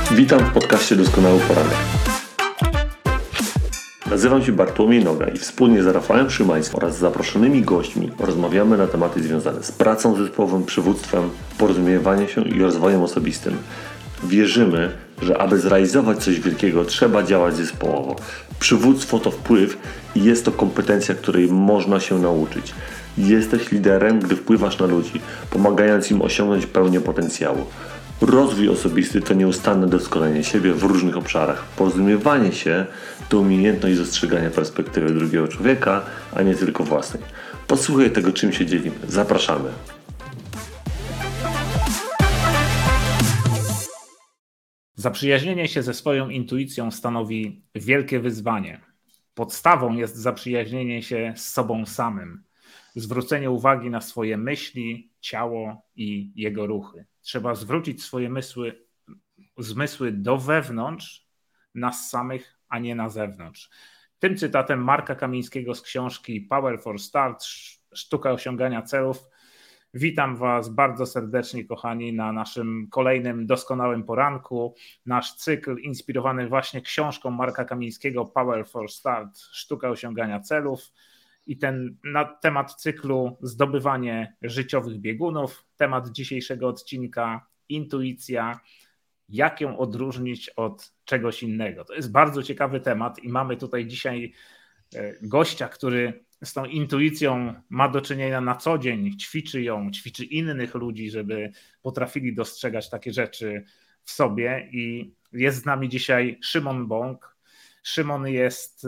Witam w podcaście Doskonały Poranek. Nazywam się Bartłomiej Noga i wspólnie z Rafałem Szymańskim oraz zaproszonymi gośćmi rozmawiamy na tematy związane z pracą zespołową, przywództwem, porozumiewaniem się i rozwojem osobistym. Wierzymy, że aby zrealizować coś wielkiego, trzeba działać zespołowo. Przywództwo to wpływ i jest to kompetencja, której można się nauczyć. Jesteś liderem, gdy wpływasz na ludzi, pomagając im osiągnąć pełnię potencjału. Rozwój osobisty to nieustanne doskonalenie siebie w różnych obszarach. Porozumiewanie się to umiejętność dostrzegania perspektywy drugiego człowieka, a nie tylko własnej. Posłuchaj tego, czym się dzielimy. Zapraszamy. Zaprzyjaźnienie się ze swoją intuicją stanowi wielkie wyzwanie. Podstawą jest zaprzyjaźnienie się z sobą samym. Zwrócenie uwagi na swoje myśli, ciało i jego ruchy. Trzeba zwrócić swoje zmysły do wewnątrz, nas samych, a nie na zewnątrz. Tym cytatem Marka Kamińskiego z książki Power for Start, Sztuka osiągania celów. Witam Was bardzo serdecznie, kochani, na naszym kolejnym doskonałym poranku. Nasz cykl inspirowany właśnie książką Marka Kamińskiego Power for Start, Sztuka osiągania celów. I na temat cyklu zdobywanie życiowych biegunów, temat dzisiejszego odcinka intuicja, jak ją odróżnić od czegoś innego. To jest bardzo ciekawy temat i mamy tutaj dzisiaj gościa, który z tą intuicją ma do czynienia na co dzień, ćwiczy innych ludzi, żeby potrafili dostrzegać takie rzeczy w sobie i jest z nami dzisiaj Szymon Bąk. Szymon jest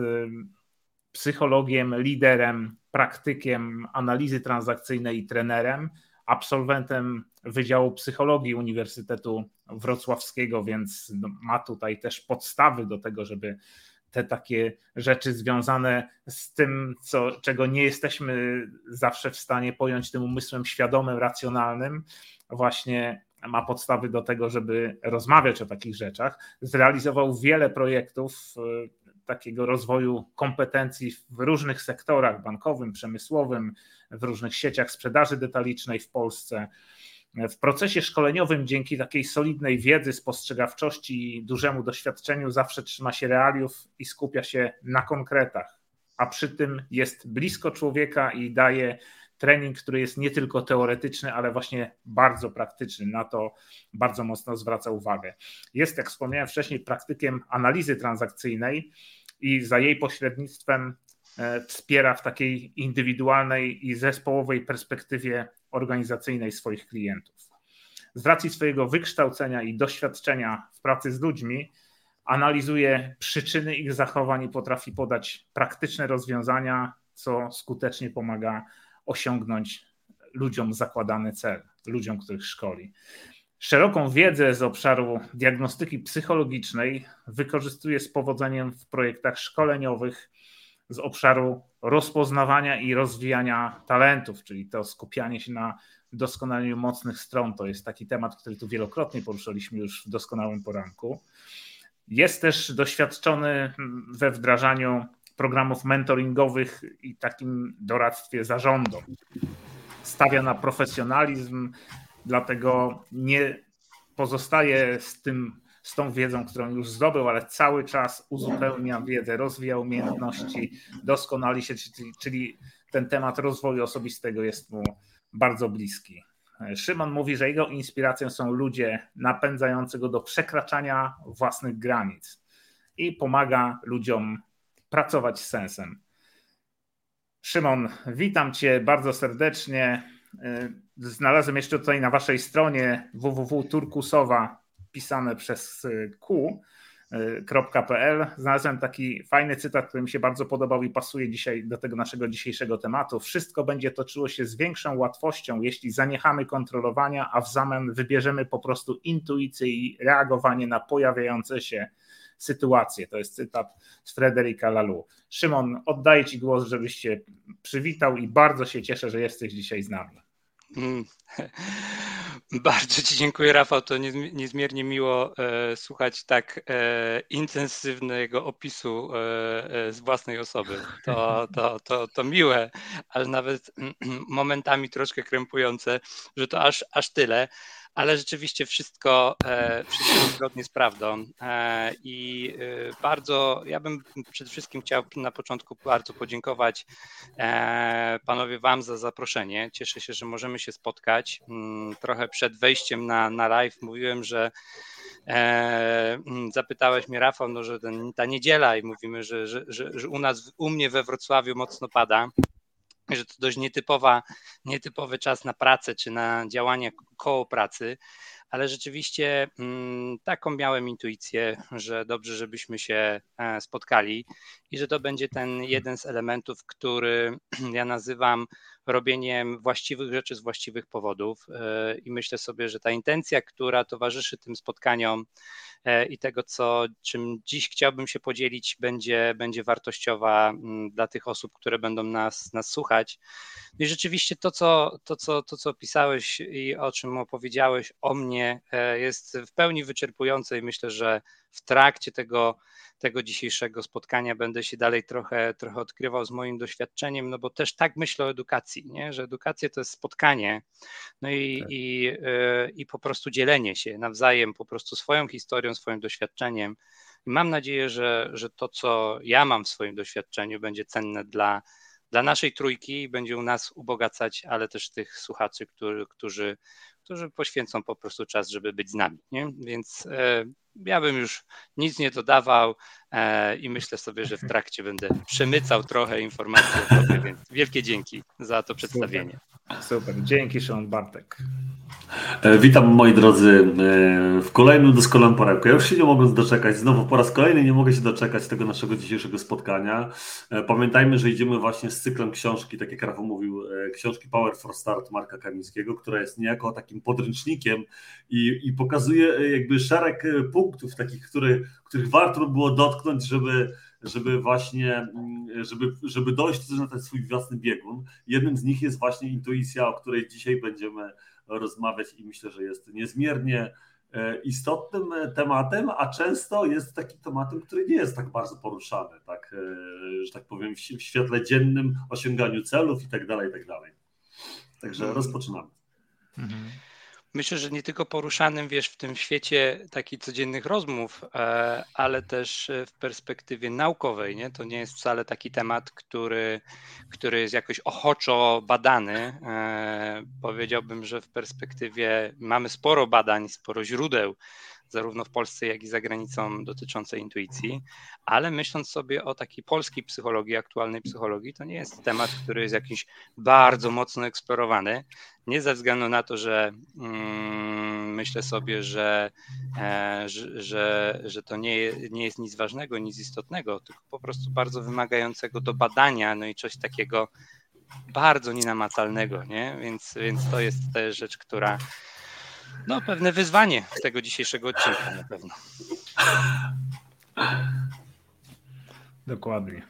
psychologiem, liderem, praktykiem analizy transakcyjnej i trenerem, absolwentem Wydziału Psychologii Uniwersytetu Wrocławskiego, więc ma tutaj też podstawy do tego, żeby te takie rzeczy związane z tym, czego nie jesteśmy zawsze w stanie pojąć tym umysłem świadomym, racjonalnym, właśnie ma podstawy do tego, żeby rozmawiać o takich rzeczach. Zrealizował wiele projektów takiego rozwoju kompetencji w różnych sektorach bankowym, przemysłowym, w różnych sieciach sprzedaży detalicznej w Polsce. W procesie szkoleniowym dzięki takiej solidnej wiedzy, spostrzegawczości i dużemu doświadczeniu zawsze trzyma się realiów i skupia się na konkretach, a przy tym jest blisko człowieka i daje trening, który jest nie tylko teoretyczny, ale właśnie bardzo praktyczny. Na to bardzo mocno zwraca uwagę. Jest, jak wspomniałem wcześniej, praktykiem analizy transakcyjnej i za jej pośrednictwem wspiera w takiej indywidualnej i zespołowej perspektywie organizacyjnej swoich klientów. Z racji swojego wykształcenia i doświadczenia w pracy z ludźmi analizuje przyczyny ich zachowań i potrafi podać praktyczne rozwiązania, co skutecznie pomaga osiągnąć ludziom zakładany cel, ludziom, których szkoli. Szeroką wiedzę z obszaru diagnostyki psychologicznej wykorzystuje z powodzeniem w projektach szkoleniowych z obszaru rozpoznawania i rozwijania talentów, czyli to skupianie się na doskonaleniu mocnych stron. To jest taki temat, który tu wielokrotnie poruszaliśmy już w doskonałym poranku. Jest też doświadczony we wdrażaniu programów mentoringowych i takim doradztwie zarządom. Stawia na profesjonalizm, dlatego nie pozostaje z tą wiedzą, którą już zdobył, ale cały czas uzupełnia wiedzę, rozwija umiejętności, doskonali się, czyli ten temat rozwoju osobistego jest mu bardzo bliski. Szymon mówi, że jego inspiracją są ludzie napędzający go do przekraczania własnych granic i pomaga ludziom pracować z sensem. Szymon, witam Cię bardzo serdecznie. Znalazłem jeszcze tutaj na Waszej stronie www.turkusowa pisane przez q.pl. Znalazłem taki fajny cytat, który mi się bardzo podobał i pasuje dzisiaj do tego naszego dzisiejszego tematu. Wszystko będzie toczyło się z większą łatwością, jeśli zaniechamy kontrolowania, a w zamian wybierzemy po prostu intuicję i reagowanie na pojawiające się sytuacje. To jest cytat z Frédérica Laloux. Szymon, oddaję Ci głos, żebyś się przywitał i bardzo się cieszę, że jesteś dzisiaj z nami. Bardzo Ci dziękuję, Rafał. To niezmiernie miło słuchać tak intensywnego opisu z własnej osoby. To miłe, ale nawet momentami troszkę krępujące, że to aż tyle. ale rzeczywiście wszystko zgodnie z prawdą i ja bym przede wszystkim chciał na początku bardzo podziękować panowie wam za zaproszenie. Cieszę się, że możemy się spotkać. Trochę przed wejściem na live mówiłem, że zapytałeś mnie, Rafał, no, że ta niedziela i mówimy, że u mnie we Wrocławiu mocno pada, że to dość nietypowy czas na pracę czy na działanie koło pracy, ale rzeczywiście taką miałem intuicję, że dobrze, żebyśmy się spotkali i że to będzie ten jeden z elementów, który ja nazywam robieniem właściwych rzeczy z właściwych powodów i myślę sobie, że ta intencja, która towarzyszy tym spotkaniom i tego, czym dziś chciałbym się podzielić, będzie wartościowa dla tych osób, które będą nas słuchać. I rzeczywiście to, co opisałeś i o czym opowiedziałeś o mnie, jest w pełni wyczerpujące i myślę, że w trakcie tego dzisiejszego spotkania będę się dalej trochę odkrywał z moim doświadczeniem, no bo też tak myślę o edukacji, nie? Że edukacja to jest spotkanie, no i po prostu dzielenie się nawzajem po prostu swoją historią, swoim doświadczeniem. I mam nadzieję, że to, co ja mam w swoim doświadczeniu, będzie cenne dla naszej trójki i będzie u nas ubogacać, ale też tych słuchaczy, którzy poświęcą po prostu czas, żeby być z nami. Nie? Więc ja bym już nic nie dodawał i myślę sobie, że w trakcie będę przemycał trochę informacji o tobie, więc wielkie dzięki za to przedstawienie. Super. Dzięki, Szymon Bartek. Witam moi drodzy w kolejnym doskonałym poranku. Ja już się nie mogę doczekać, znowu po raz kolejny nie mogę się doczekać tego naszego dzisiejszego spotkania. Pamiętajmy, że idziemy właśnie z cyklem książki, tak jak Rafał mówił, książki Power for Start Marka Kamińskiego, która jest niejako takim podręcznikiem i pokazuje jakby szereg punktów takich, których warto by było dotknąć, żeby właśnie, żeby dojść na ten swój własny biegun. Jednym z nich jest właśnie intuicja, o której dzisiaj będziemy rozmawiać i myślę, że jest niezmiernie istotnym tematem, a często jest takim tematem, który nie jest tak bardzo poruszany, tak, że tak powiem, w świetle dziennym, osiąganiu celów i tak dalej, i tak dalej. Także rozpoczynamy. Myślę, że nie tylko poruszanym, w tym świecie takich codziennych rozmów, ale też w perspektywie naukowej. Nie? To nie jest wcale taki temat, który jest jakoś ochoczo badany. Powiedziałbym, że w perspektywie mamy sporo badań, sporo źródeł, zarówno w Polsce, jak i za granicą dotyczące intuicji, ale myśląc sobie o takiej polskiej psychologii, aktualnej psychologii, to nie jest temat, który jest jakiś bardzo mocno eksplorowany. Nie ze względu na to, że myślę sobie, że to nie jest nic ważnego, nic istotnego, tylko po prostu bardzo wymagającego do badania, no i coś takiego bardzo nienamacalnego, nie? Więc to jest też rzecz, która pewne wyzwanie tego dzisiejszego odcinka na pewno. Dokładnie.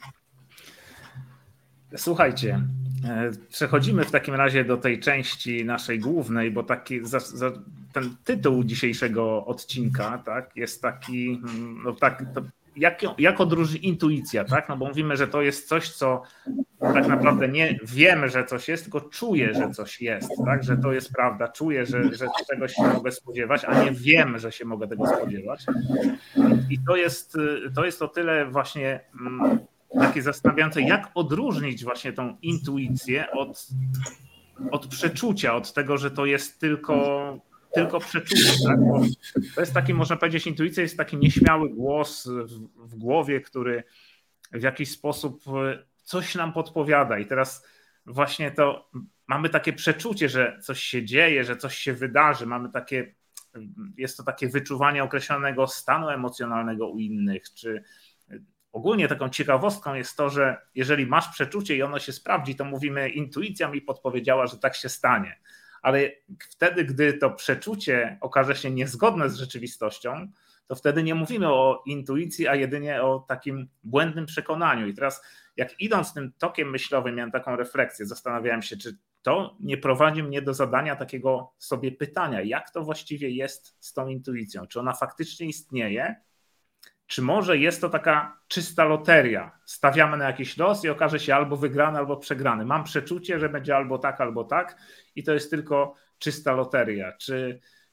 Słuchajcie, przechodzimy w takim razie do tej części naszej głównej, bo ten tytuł dzisiejszego odcinka, tak, jest taki, jak odróżnić intuicja, tak? No bo mówimy, że to jest coś, co tak naprawdę nie wiemy, że coś jest, tylko czuję, że coś jest, tak? Że to jest prawda, czuję, że czegoś się mogę spodziewać, a nie wiem, że się mogę tego spodziewać. I to jest o tyle właśnie takie zastanawiające, jak odróżnić właśnie tą intuicję od przeczucia, od tego, że to jest tylko przeczucie, tak? Bo to jest taki, można powiedzieć, intuicja jest taki nieśmiały głos w głowie, który w jakiś sposób coś nam podpowiada i teraz właśnie to mamy takie przeczucie, że coś się dzieje, że coś się wydarzy, jest to takie wyczuwanie określonego stanu emocjonalnego u innych, czy ogólnie taką ciekawostką jest to, że jeżeli masz przeczucie i ono się sprawdzi, to mówimy, intuicja mi podpowiedziała, że tak się stanie. Ale wtedy, gdy to przeczucie okaże się niezgodne z rzeczywistością, to wtedy nie mówimy o intuicji, a jedynie o takim błędnym przekonaniu. I teraz jak idąc tym tokiem myślowym, miałem taką refleksję, zastanawiałem się, czy to nie prowadzi mnie do zadania takiego sobie pytania, jak to właściwie jest z tą intuicją? Czy ona faktycznie istnieje? Czy może jest to taka czysta loteria? Stawiamy na jakiś los i okaże się albo wygrany, albo przegrany. Mam przeczucie, że będzie albo tak i to jest tylko czysta loteria. Czy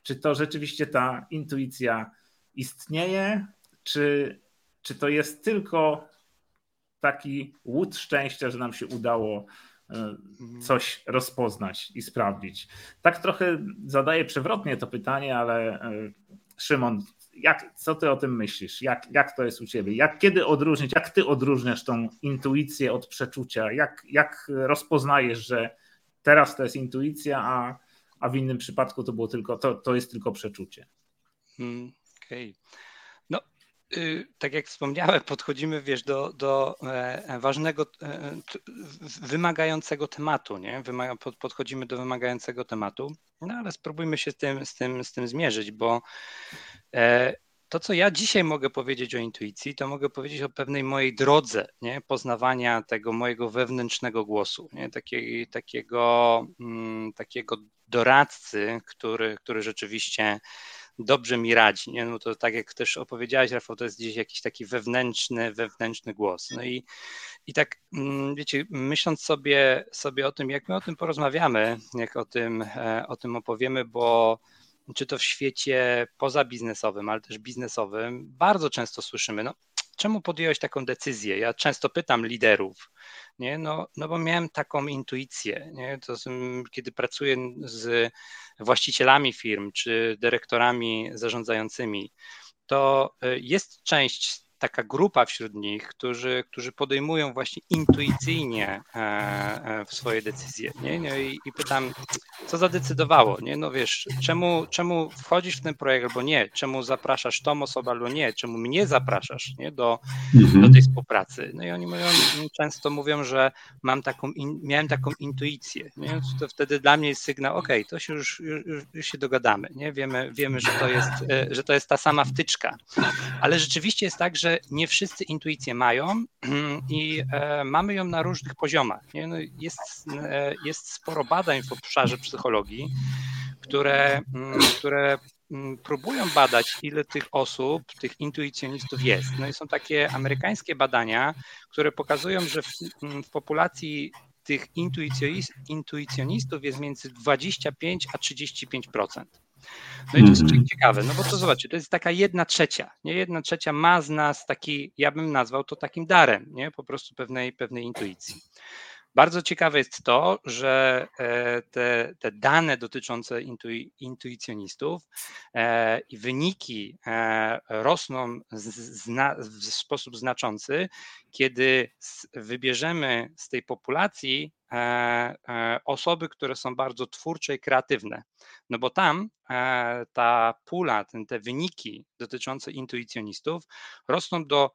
czy to rzeczywiście ta intuicja istnieje, czy to jest tylko taki łód szczęścia, że nam się udało coś rozpoznać i sprawdzić. Tak trochę zadaję przewrotnie to pytanie, ale Szymon, co ty o tym myślisz? Jak to jest u ciebie? Kiedy odróżnić, jak ty odróżniasz tą intuicję od przeczucia? Jak rozpoznajesz, że teraz to jest intuicja, a w innym przypadku to jest tylko przeczucie? Okej. No, tak jak wspomniałem, podchodzimy, do ważnego, wymagającego tematu, nie? Podchodzimy do wymagającego tematu, no ale spróbujmy się z tym zmierzyć, bo to, co ja dzisiaj mogę powiedzieć o intuicji, to mogę powiedzieć o pewnej mojej drodze, nie? Poznawania tego mojego wewnętrznego głosu, nie? Takiego doradcy, który rzeczywiście dobrze mi radzi. Nie? No to tak jak też opowiedziałeś, Rafał, to jest gdzieś jakiś taki wewnętrzny głos. No i tak, wiecie, myśląc sobie o tym, jak my o tym porozmawiamy, jak o tym opowiemy, bo czy to w świecie pozabiznesowym, ale też biznesowym, bardzo często słyszymy, no czemu podjąłeś taką decyzję? Ja często pytam liderów, nie? No bo miałem taką intuicję, nie? Kiedy pracuję z właścicielami firm czy dyrektorami zarządzającymi, to jest część, taka grupa wśród nich, którzy podejmują właśnie intuicyjnie swoje decyzje. Nie? No i pytam, co zadecydowało? Nie? No wiesz, czemu wchodzisz w ten projekt albo nie? Czemu zapraszasz tą osobę albo nie? Czemu mnie zapraszasz, nie? Do tej współpracy? No i oni często mówią, że miałem taką intuicję. Nie? To wtedy dla mnie jest sygnał, okej, to się już się dogadamy. Nie? Wiemy, że to jest ta sama wtyczka. Ale rzeczywiście jest tak, że nie wszyscy intuicję mają i mamy ją na różnych poziomach. Nie? No jest sporo badań w obszarze psychologii, które próbują badać, ile tych osób, tych intuicjonistów jest. No i są takie amerykańskie badania, które pokazują, że w populacji tych intuicjonistów jest między 25 a 35%. No i to jest ciekawe, no bo to zobaczcie, to jest taka 1/3, nie? 1/3 ma z nas taki, ja bym nazwał to takim darem, nie? Po prostu pewnej intuicji. Bardzo ciekawe jest to, że te dane dotyczące intuicjonistów i wyniki rosną w sposób znaczący, kiedy wybierzemy z tej populacji osoby, które są bardzo twórcze i kreatywne. No bo tam ta pula, te wyniki dotyczące intuicjonistów rosną do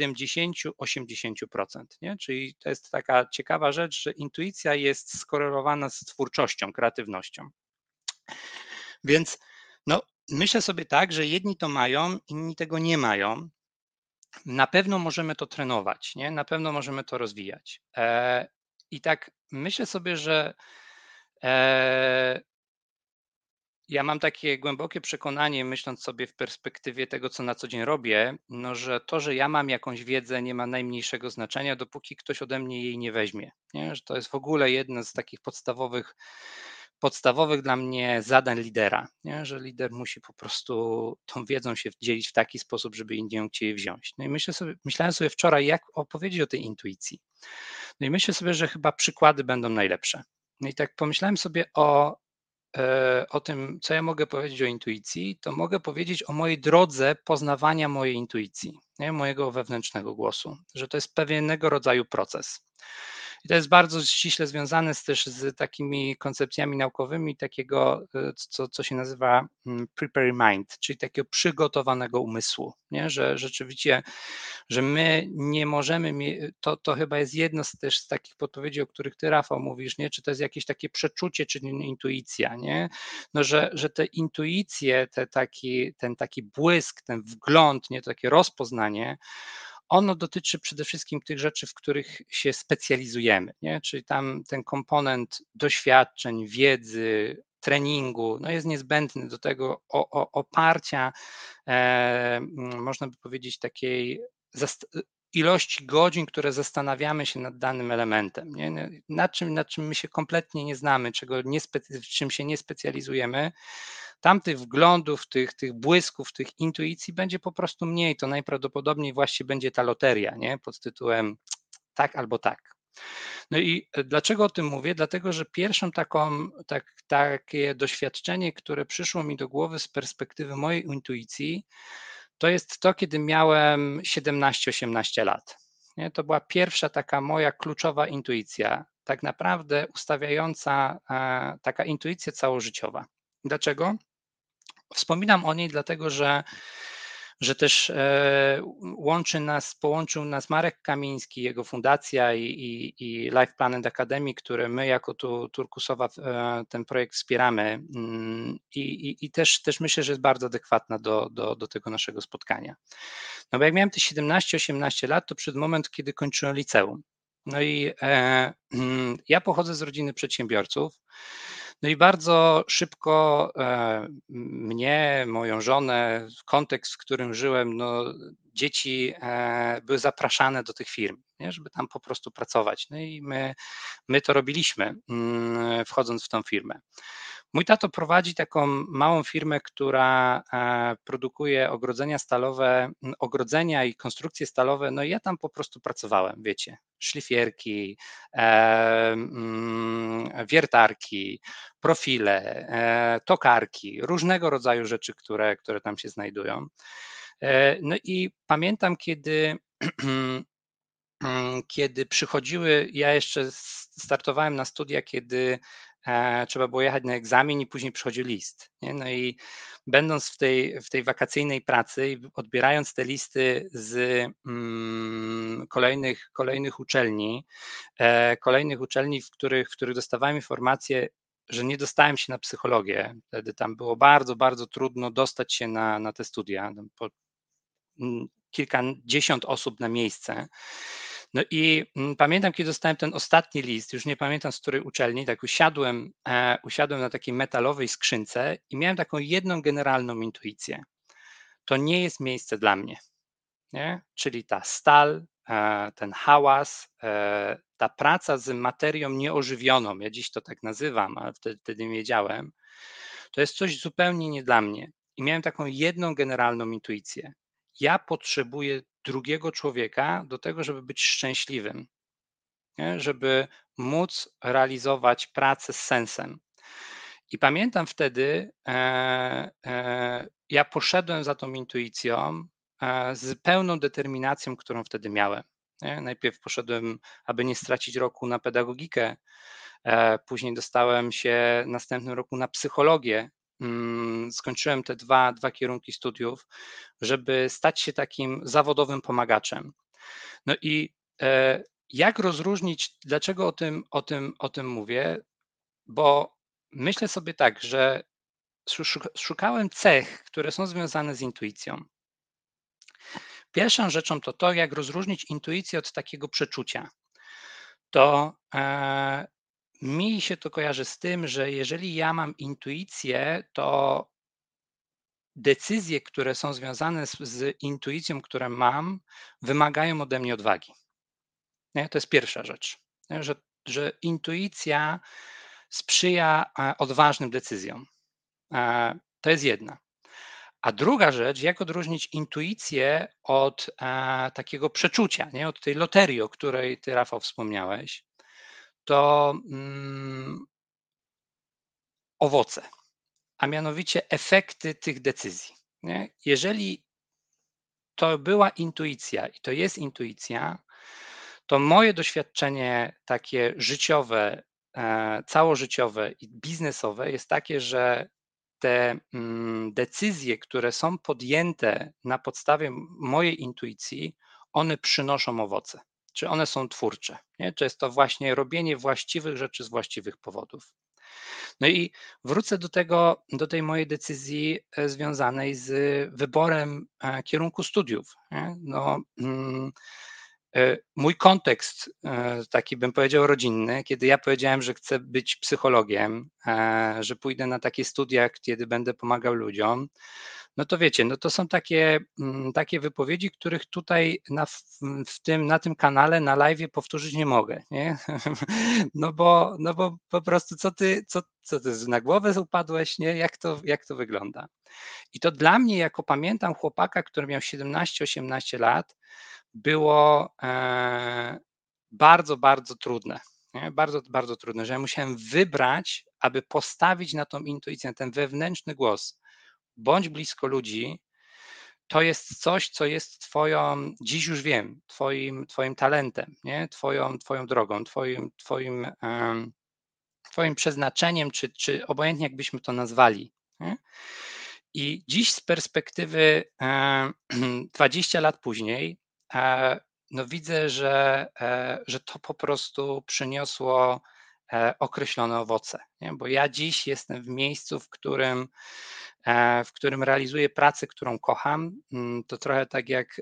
70-80%. Nie? Czyli to jest taka ciekawa rzecz, że intuicja jest skorelowana z twórczością, kreatywnością. Więc no, myślę sobie tak, że jedni to mają, inni tego nie mają. Na pewno możemy to trenować, nie? Na pewno możemy to rozwijać. I tak myślę sobie, że ja mam takie głębokie przekonanie, myśląc sobie w perspektywie tego, co na co dzień robię, no, że to, że ja mam jakąś wiedzę, nie ma najmniejszego znaczenia, dopóki ktoś ode mnie jej nie weźmie. Nie? Że to jest w ogóle jedno z takich podstawowych dla mnie zadań lidera, nie? Że lider musi po prostu tą wiedzą się dzielić w taki sposób, żeby inni ją chcieli wziąć. No i myślałem sobie wczoraj, jak opowiedzieć o tej intuicji. No i myślę sobie, że chyba przykłady będą najlepsze. No i tak pomyślałem sobie o tym, co ja mogę powiedzieć o intuicji, to mogę powiedzieć o mojej drodze poznawania mojej intuicji, nie? Mojego wewnętrznego głosu, że to jest pewnego rodzaju proces. I to jest bardzo ściśle związane też z takimi koncepcjami naukowymi, takiego, co się nazywa prepared mind, czyli takiego przygotowanego umysłu, nie? Że rzeczywiście, że my nie możemy, to chyba jest jedno też z takich podpowiedzi, o których ty, Rafał, mówisz, nie? Czy to jest jakieś takie przeczucie, czy intuicja, nie? No, że te intuicje, ten taki błysk, ten wgląd, nie? Takie rozpoznanie, ono dotyczy przede wszystkim tych rzeczy, w których się specjalizujemy, nie? Czyli tam ten komponent doświadczeń, wiedzy, treningu, no jest niezbędny do tego oparcia, można by powiedzieć, takiej ilości godzin, które zastanawiamy się nad danym elementem, nie? Nad czym my się kompletnie nie znamy, w czym się nie specjalizujemy, tamtych wglądów, tych błysków, tych intuicji będzie po prostu mniej. To najprawdopodobniej właśnie będzie ta loteria, nie? Pod tytułem tak albo tak. No i dlaczego o tym mówię? Dlatego, że pierwszą takie doświadczenie, które przyszło mi do głowy z perspektywy mojej intuicji, to jest to, kiedy miałem 17-18 lat. Nie? To była pierwsza taka moja kluczowa intuicja, tak naprawdę ustawiająca taka intuicja całożyciowa. Dlaczego? Wspominam o niej dlatego, że też połączył nas Marek Kamiński, jego fundacja i Life Planet Academy, które my jako Turkusowa ten projekt wspieramy i też myślę, że jest bardzo adekwatna do tego naszego spotkania. No bo jak miałem te 17-18 lat, to przed moment, kiedy kończyłem liceum. No i ja pochodzę z rodziny przedsiębiorców. No i bardzo szybko mnie, moją żonę, kontekst, w którym żyłem, no dzieci były zapraszane do tych firm, nie, żeby tam po prostu pracować. No i my to robiliśmy, wchodząc w tą firmę. Mój tato prowadzi taką małą firmę, która produkuje ogrodzenia i konstrukcje stalowe, no i ja tam po prostu pracowałem, wiecie, szlifierki, wiertarki, profile, tokarki, różnego rodzaju rzeczy, które tam się znajdują. No i pamiętam, kiedy przychodziły, ja jeszcze startowałem na studia, kiedy trzeba było jechać na egzamin i później przychodził list. Nie? No i będąc w tej wakacyjnej pracy i odbierając te listy z kolejnych uczelni, w których dostawałem informacje, że nie dostałem się na psychologię. Wtedy tam było bardzo, bardzo trudno dostać się na te studia. Po kilkadziesiąt osób na miejsce. No i pamiętam, kiedy dostałem ten ostatni list, już nie pamiętam z której uczelni, tak usiadłem na takiej metalowej skrzynce i miałem taką jedną generalną intuicję. To nie jest miejsce dla mnie. Nie? Czyli ta stal, ten hałas, ta praca z materią nieożywioną, ja dziś to tak nazywam, ale wtedy nie wiedziałem, to jest coś zupełnie nie dla mnie. I miałem taką jedną generalną intuicję. Ja potrzebuję drugiego człowieka do tego, żeby być szczęśliwym, nie? Żeby móc realizować pracę z sensem. I pamiętam wtedy, ja poszedłem za tą intuicją z pełną determinacją, którą wtedy miałem. Nie? Najpierw poszedłem, aby nie stracić roku na pedagogikę, później dostałem się w następnym roku na psychologię. Skończyłem te dwa kierunki studiów, żeby stać się takim zawodowym pomagaczem. No i jak rozróżnić, dlaczego o tym mówię? Bo myślę sobie tak, że szukałem cech, które są związane z intuicją. Pierwszą rzeczą to, jak rozróżnić intuicję od takiego przeczucia. To mi się to kojarzy z tym, że jeżeli ja mam intuicję, to decyzje, które są związane z intuicją, które mam, wymagają ode mnie odwagi. Nie? To jest pierwsza rzecz, nie? Że intuicja sprzyja odważnym decyzjom. To jest jedna. A druga rzecz, jak odróżnić intuicję od takiego przeczucia, nie? Od tej loterii, o której ty, Rafał, wspomniałeś, to owoce, a mianowicie efekty tych decyzji. Nie? Jeżeli to była intuicja i to jest intuicja, to moje doświadczenie takie życiowe, całożyciowe i biznesowe jest takie, że te decyzje, które są podjęte na podstawie mojej intuicji, one przynoszą owoce, czy one są twórcze. Nie? Czy jest to właśnie robienie właściwych rzeczy z właściwych powodów. No i wrócę do tej mojej decyzji związanej z wyborem kierunku studiów. Nie? No, mój kontekst, taki bym powiedział rodzinny, kiedy ja powiedziałem, że chcę być psychologiem, że pójdę na takie studia, kiedy będę pomagał ludziom, no to wiecie, no to są takie wypowiedzi, których tutaj na tym kanale, na live'ie powtórzyć nie mogę, nie? No bo po prostu co ty na głowę upadłeś, nie? Jak to wygląda? I to dla mnie, jako pamiętam chłopaka, który miał 17-18 lat, było bardzo, bardzo trudne. Nie? Bardzo, bardzo trudne, że ja musiałem wybrać, aby postawić na tą intuicję, na ten wewnętrzny głos. Bądź blisko ludzi, to jest coś, co jest dziś już wiem, twoim talentem, nie? Twoją drogą, twoim przeznaczeniem, czy obojętnie jakbyśmy to nazwali. Nie? I dziś z perspektywy 20 lat później, no widzę, że to po prostu przyniosło określone owoce. Nie? Bo ja dziś jestem w miejscu, w którym realizuję pracę, którą kocham. To trochę tak jak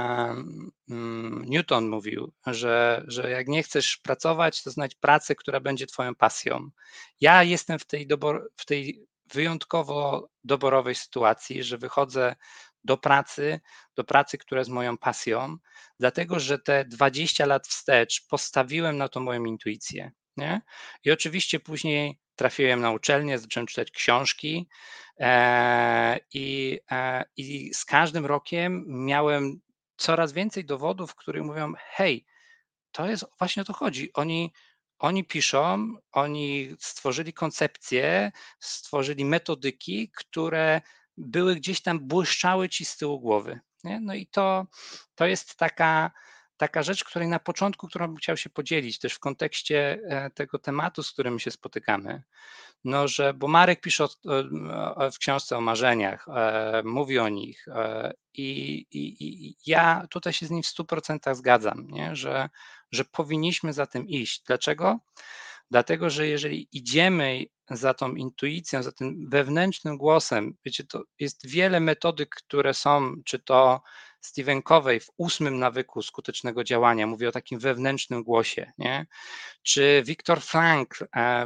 Newton mówił, że jak nie chcesz pracować, to znajdź pracę, która będzie twoją pasją. Ja jestem w tej wyjątkowo doborowej sytuacji, że wychodzę do pracy, która jest moją pasją, dlatego że te 20 lat wstecz postawiłem na to moją intuicję. Nie? I oczywiście później trafiłem na uczelnię, zacząłem czytać książki i z każdym rokiem miałem coraz więcej dowodów, które mówią, hej, to jest właśnie o to chodzi. Oni piszą, oni stworzyli koncepcje, stworzyli metodyki, które były gdzieś tam, błyszczały ci z tyłu głowy. Nie? No i to jest taka rzecz, której na początku, którą bym chciał się podzielić też w kontekście tego tematu, z którym się spotykamy. No, bo Marek pisze w książce o marzeniach, mówi o nich i ja tutaj się z nim w 100% zgadzam, nie? Że powinniśmy za tym iść. Dlaczego? Dlatego, że jeżeli idziemy za tą intuicją, za tym wewnętrznym głosem, wiecie, to jest wiele metodyk, które są, czy to Stephen Covey w 8 nawyku skutecznego działania, mówi o takim wewnętrznym głosie, nie? Czy Viktor Frankl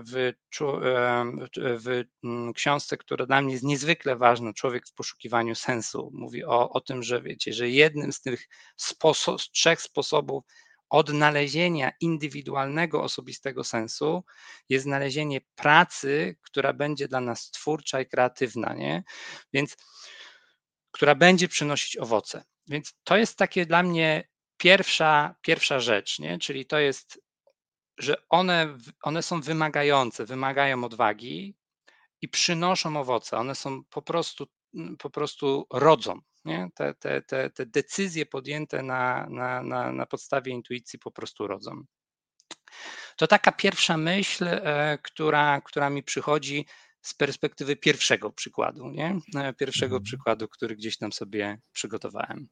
w książce, która dla mnie jest niezwykle ważna, Człowiek w poszukiwaniu sensu, mówi o tym, że wiecie, że jednym z tych z 3 sposobów odnalezienia indywidualnego, osobistego sensu jest znalezienie pracy, która będzie dla nas twórcza i kreatywna, nie? Więc która będzie przynosić owoce. Więc to jest takie dla mnie pierwsza rzecz, nie? Czyli to jest, że one są wymagające, wymagają odwagi i przynoszą owoce. One są po prostu rodzą. Nie? Te decyzje podjęte na podstawie intuicji po prostu rodzą. To taka pierwsza myśl, która mi przychodzi z perspektywy pierwszego przykładu, nie? Pierwszego przykładu, który gdzieś tam sobie przygotowałem.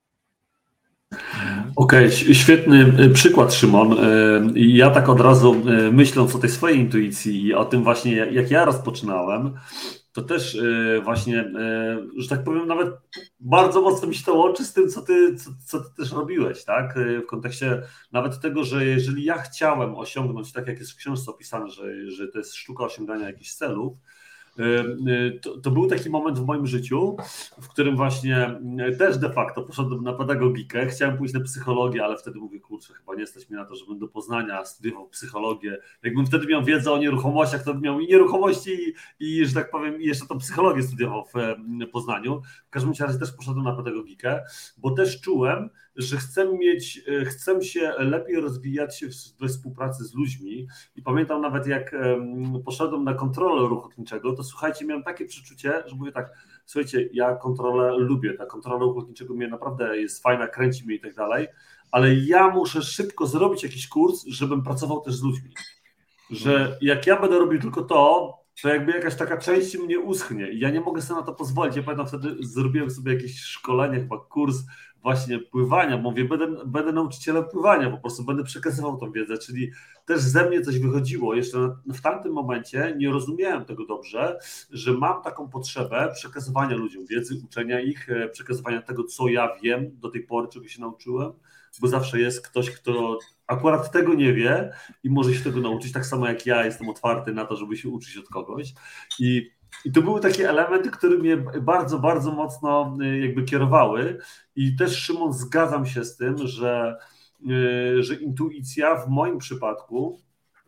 Okej, świetny przykład, Szymon. Ja tak od razu myśląc o tej swojej intuicji i o tym właśnie, jak ja rozpoczynałem, to też właśnie, że tak powiem, nawet bardzo mocno mi się to łączy z tym, co ty też robiłeś, tak? W kontekście nawet tego, że jeżeli ja chciałem osiągnąć, tak jak jest w książce opisane, że to jest sztuka osiągania jakichś celów, to był taki moment w moim życiu, w którym właśnie też de facto poszedłem na pedagogikę, chciałem pójść na psychologię, ale wtedy mówię, kurczę, chyba nie stać mnie na to, żebym do Poznania studiował psychologię. Jakbym wtedy miał wiedzę o nieruchomościach, to bym miał i nieruchomości i że tak powiem, i jeszcze tą psychologię studiował w Poznaniu. W każdym razie też poszedłem na pedagogikę, bo też czułem, że chcę się lepiej rozwijać we współpracy z ludźmi i pamiętam nawet jak poszedłem na kontrolę ruchu lotniczego, to słuchajcie, miałem takie przeczucie, że mówię tak, słuchajcie, ja kontrolę lubię, ta kontrola ruchu lotniczego mnie naprawdę jest fajna, kręci mnie i tak dalej, ale ja muszę szybko zrobić jakiś kurs, żebym pracował też z ludźmi, że jak ja będę robił tylko to jakby jakaś taka część mnie uschnie i ja nie mogę sobie na to pozwolić. Ja pamiętam wtedy zrobiłem sobie jakieś szkolenie, chyba kurs w właśnie pływania, mówię, będę nauczycielem pływania, po prostu będę przekazywał tą wiedzę, czyli też ze mnie coś wychodziło. Jeszcze w tamtym momencie nie rozumiałem tego dobrze, że mam taką potrzebę przekazywania ludziom wiedzy, uczenia ich, przekazywania tego, co ja wiem do tej pory, czego się nauczyłem, bo zawsze jest ktoś, kto akurat tego nie wie i może się tego nauczyć, tak samo jak ja jestem otwarty na to, żeby się uczyć od kogoś. I to były takie elementy, które mnie bardzo, bardzo mocno jakby kierowały i też, Szymon, zgadzam się z tym, że intuicja w moim przypadku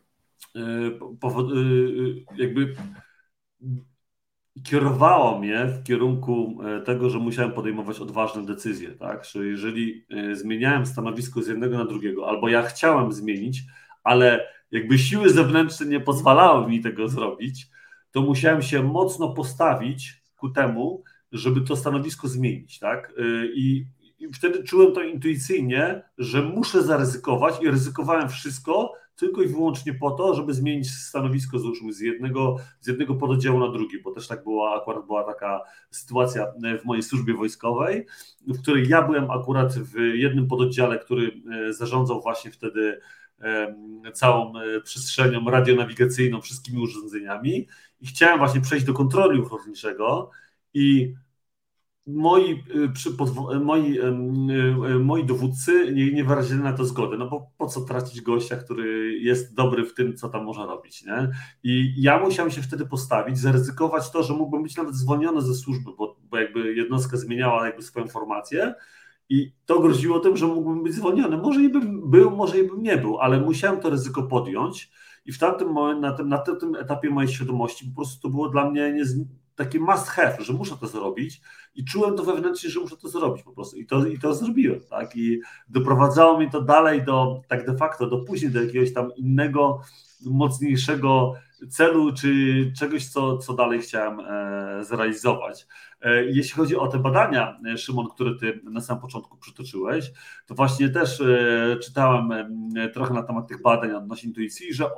jakby kierowała mnie w kierunku tego, że musiałem podejmować odważne decyzje, tak? Że jeżeli zmieniałem stanowisko z jednego na drugiego, albo ja chciałem zmienić, ale jakby siły zewnętrzne nie pozwalały mi tego zrobić, to musiałem się mocno postawić ku temu, żeby to stanowisko zmienić, tak? I wtedy czułem to intuicyjnie, że muszę zaryzykować i ryzykowałem wszystko tylko i wyłącznie po to, żeby zmienić stanowisko, załóżmy, z jednego pododdziału na drugi, bo też tak akurat była taka sytuacja w mojej służbie wojskowej, w której ja byłem akurat w jednym pododdziale, który zarządzał właśnie wtedy całą przestrzenią radionawigacyjną, wszystkimi urządzeniami i chciałem właśnie przejść do kontroli ochotniczego i moi dowódcy nie wyrazili na to zgody, no bo po co tracić gościa, który jest dobry w tym, co tam może robić, nie? I ja musiałem się wtedy postawić, zaryzykować to, że mógłbym być nawet zwolniony ze służby, bo jakby jednostka zmieniała jakby swoją formację i to groziło tym, że mógłbym być zwolniony. Może i bym był, może i bym nie był, ale musiałem to ryzyko podjąć i w tamtym momencie, na tym etapie mojej świadomości po prostu to było dla mnie takie must have, że muszę to zrobić i czułem to wewnętrznie, że muszę to zrobić po prostu i to zrobiłem, tak? I doprowadzało mnie to dalej tak de facto do później do jakiegoś tam innego, mocniejszego celu, czy czegoś, co dalej chciałem zrealizować. Jeśli chodzi o te badania, Szymon, które ty na samym początku przytoczyłeś, to właśnie też czytałem trochę na temat tych badań odnośnie intuicji, że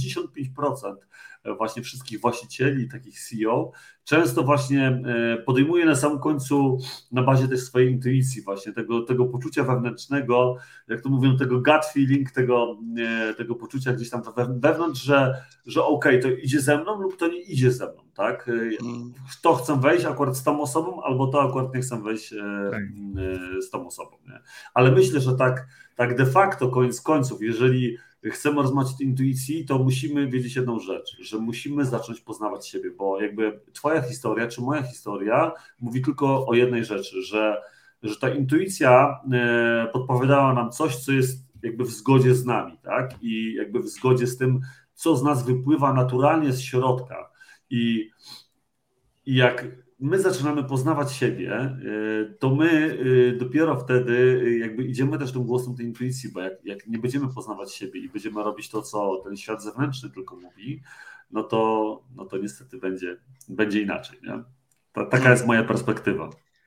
85% właśnie wszystkich właścicieli, takich CEO, często właśnie podejmuje na samym końcu na bazie też swojej intuicji, właśnie tego poczucia wewnętrznego, jak to mówią, tego gut feeling, tego poczucia gdzieś tam wewnątrz, że okej, to idzie ze mną lub to nie idzie ze mną, tak? W to chcę wejść akurat z tą osobą, albo to akurat nie chcę wejść z tą osobą, nie? Ale myślę, że tak de facto, koniec końców, jeżeli chcemy rozmawiać o intuicji, to musimy wiedzieć jedną rzecz, że musimy zacząć poznawać siebie, bo jakby twoja historia czy moja historia mówi tylko o jednej rzeczy, że ta intuicja podpowiadała nam coś, co jest jakby w zgodzie z nami, tak? I jakby w zgodzie z tym, co z nas wypływa naturalnie z środka. I jak my zaczynamy poznawać siebie, to my dopiero wtedy jakby idziemy też tym głosem tej intuicji, bo jak nie będziemy poznawać siebie i będziemy robić to, co ten świat zewnętrzny tylko mówi, no to niestety będzie inaczej. Nie? Taka jest moja perspektywa.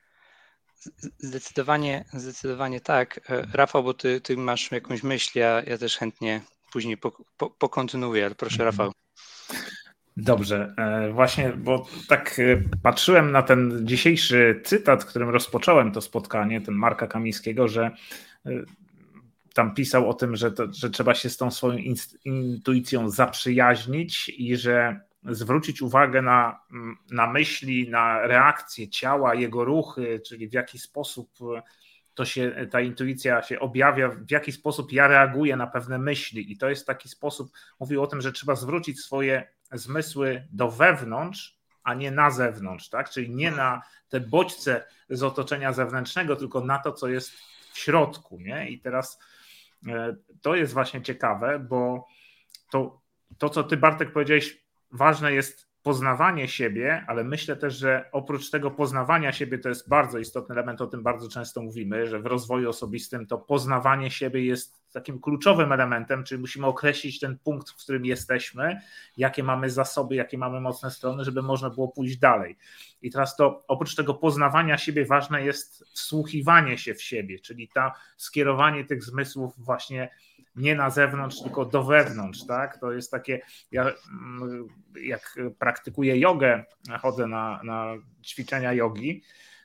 Zdecydowanie tak. Rafał, bo ty masz jakąś myśl, ja też chętnie później pokontynuuję, ale proszę, Rafał. Dobrze, właśnie, bo tak patrzyłem na ten dzisiejszy cytat, którym rozpocząłem to spotkanie, ten Marka Kamińskiego, że tam pisał o tym, że trzeba się z tą swoją intuicją zaprzyjaźnić i że zwrócić uwagę na myśli, na reakcje ciała, jego ruchy, czyli w jaki sposób ta intuicja się objawia, w jaki sposób ja reaguję na pewne myśli. I to jest taki sposób, mówił o tym, że trzeba zwrócić swoje zmysły do wewnątrz, a nie na zewnątrz, tak? Czyli nie na te bodźce z otoczenia zewnętrznego, tylko na to, co jest w środku, nie? I teraz to jest właśnie ciekawe, bo to co ty, Bartek, powiedziałeś, ważne jest poznawanie siebie, ale myślę też, że oprócz tego poznawania siebie to jest bardzo istotny element, o tym bardzo często mówimy, że w rozwoju osobistym to poznawanie siebie jest takim kluczowym elementem, czyli musimy określić ten punkt, w którym jesteśmy, jakie mamy zasoby, jakie mamy mocne strony, żeby można było pójść dalej. I teraz to oprócz tego poznawania siebie ważne jest wsłuchiwanie się w siebie, czyli skierowanie tych zmysłów właśnie nie na zewnątrz, tylko do wewnątrz, tak? To jest takie, ja jak praktykuję jogę, chodzę na ćwiczenia jogi,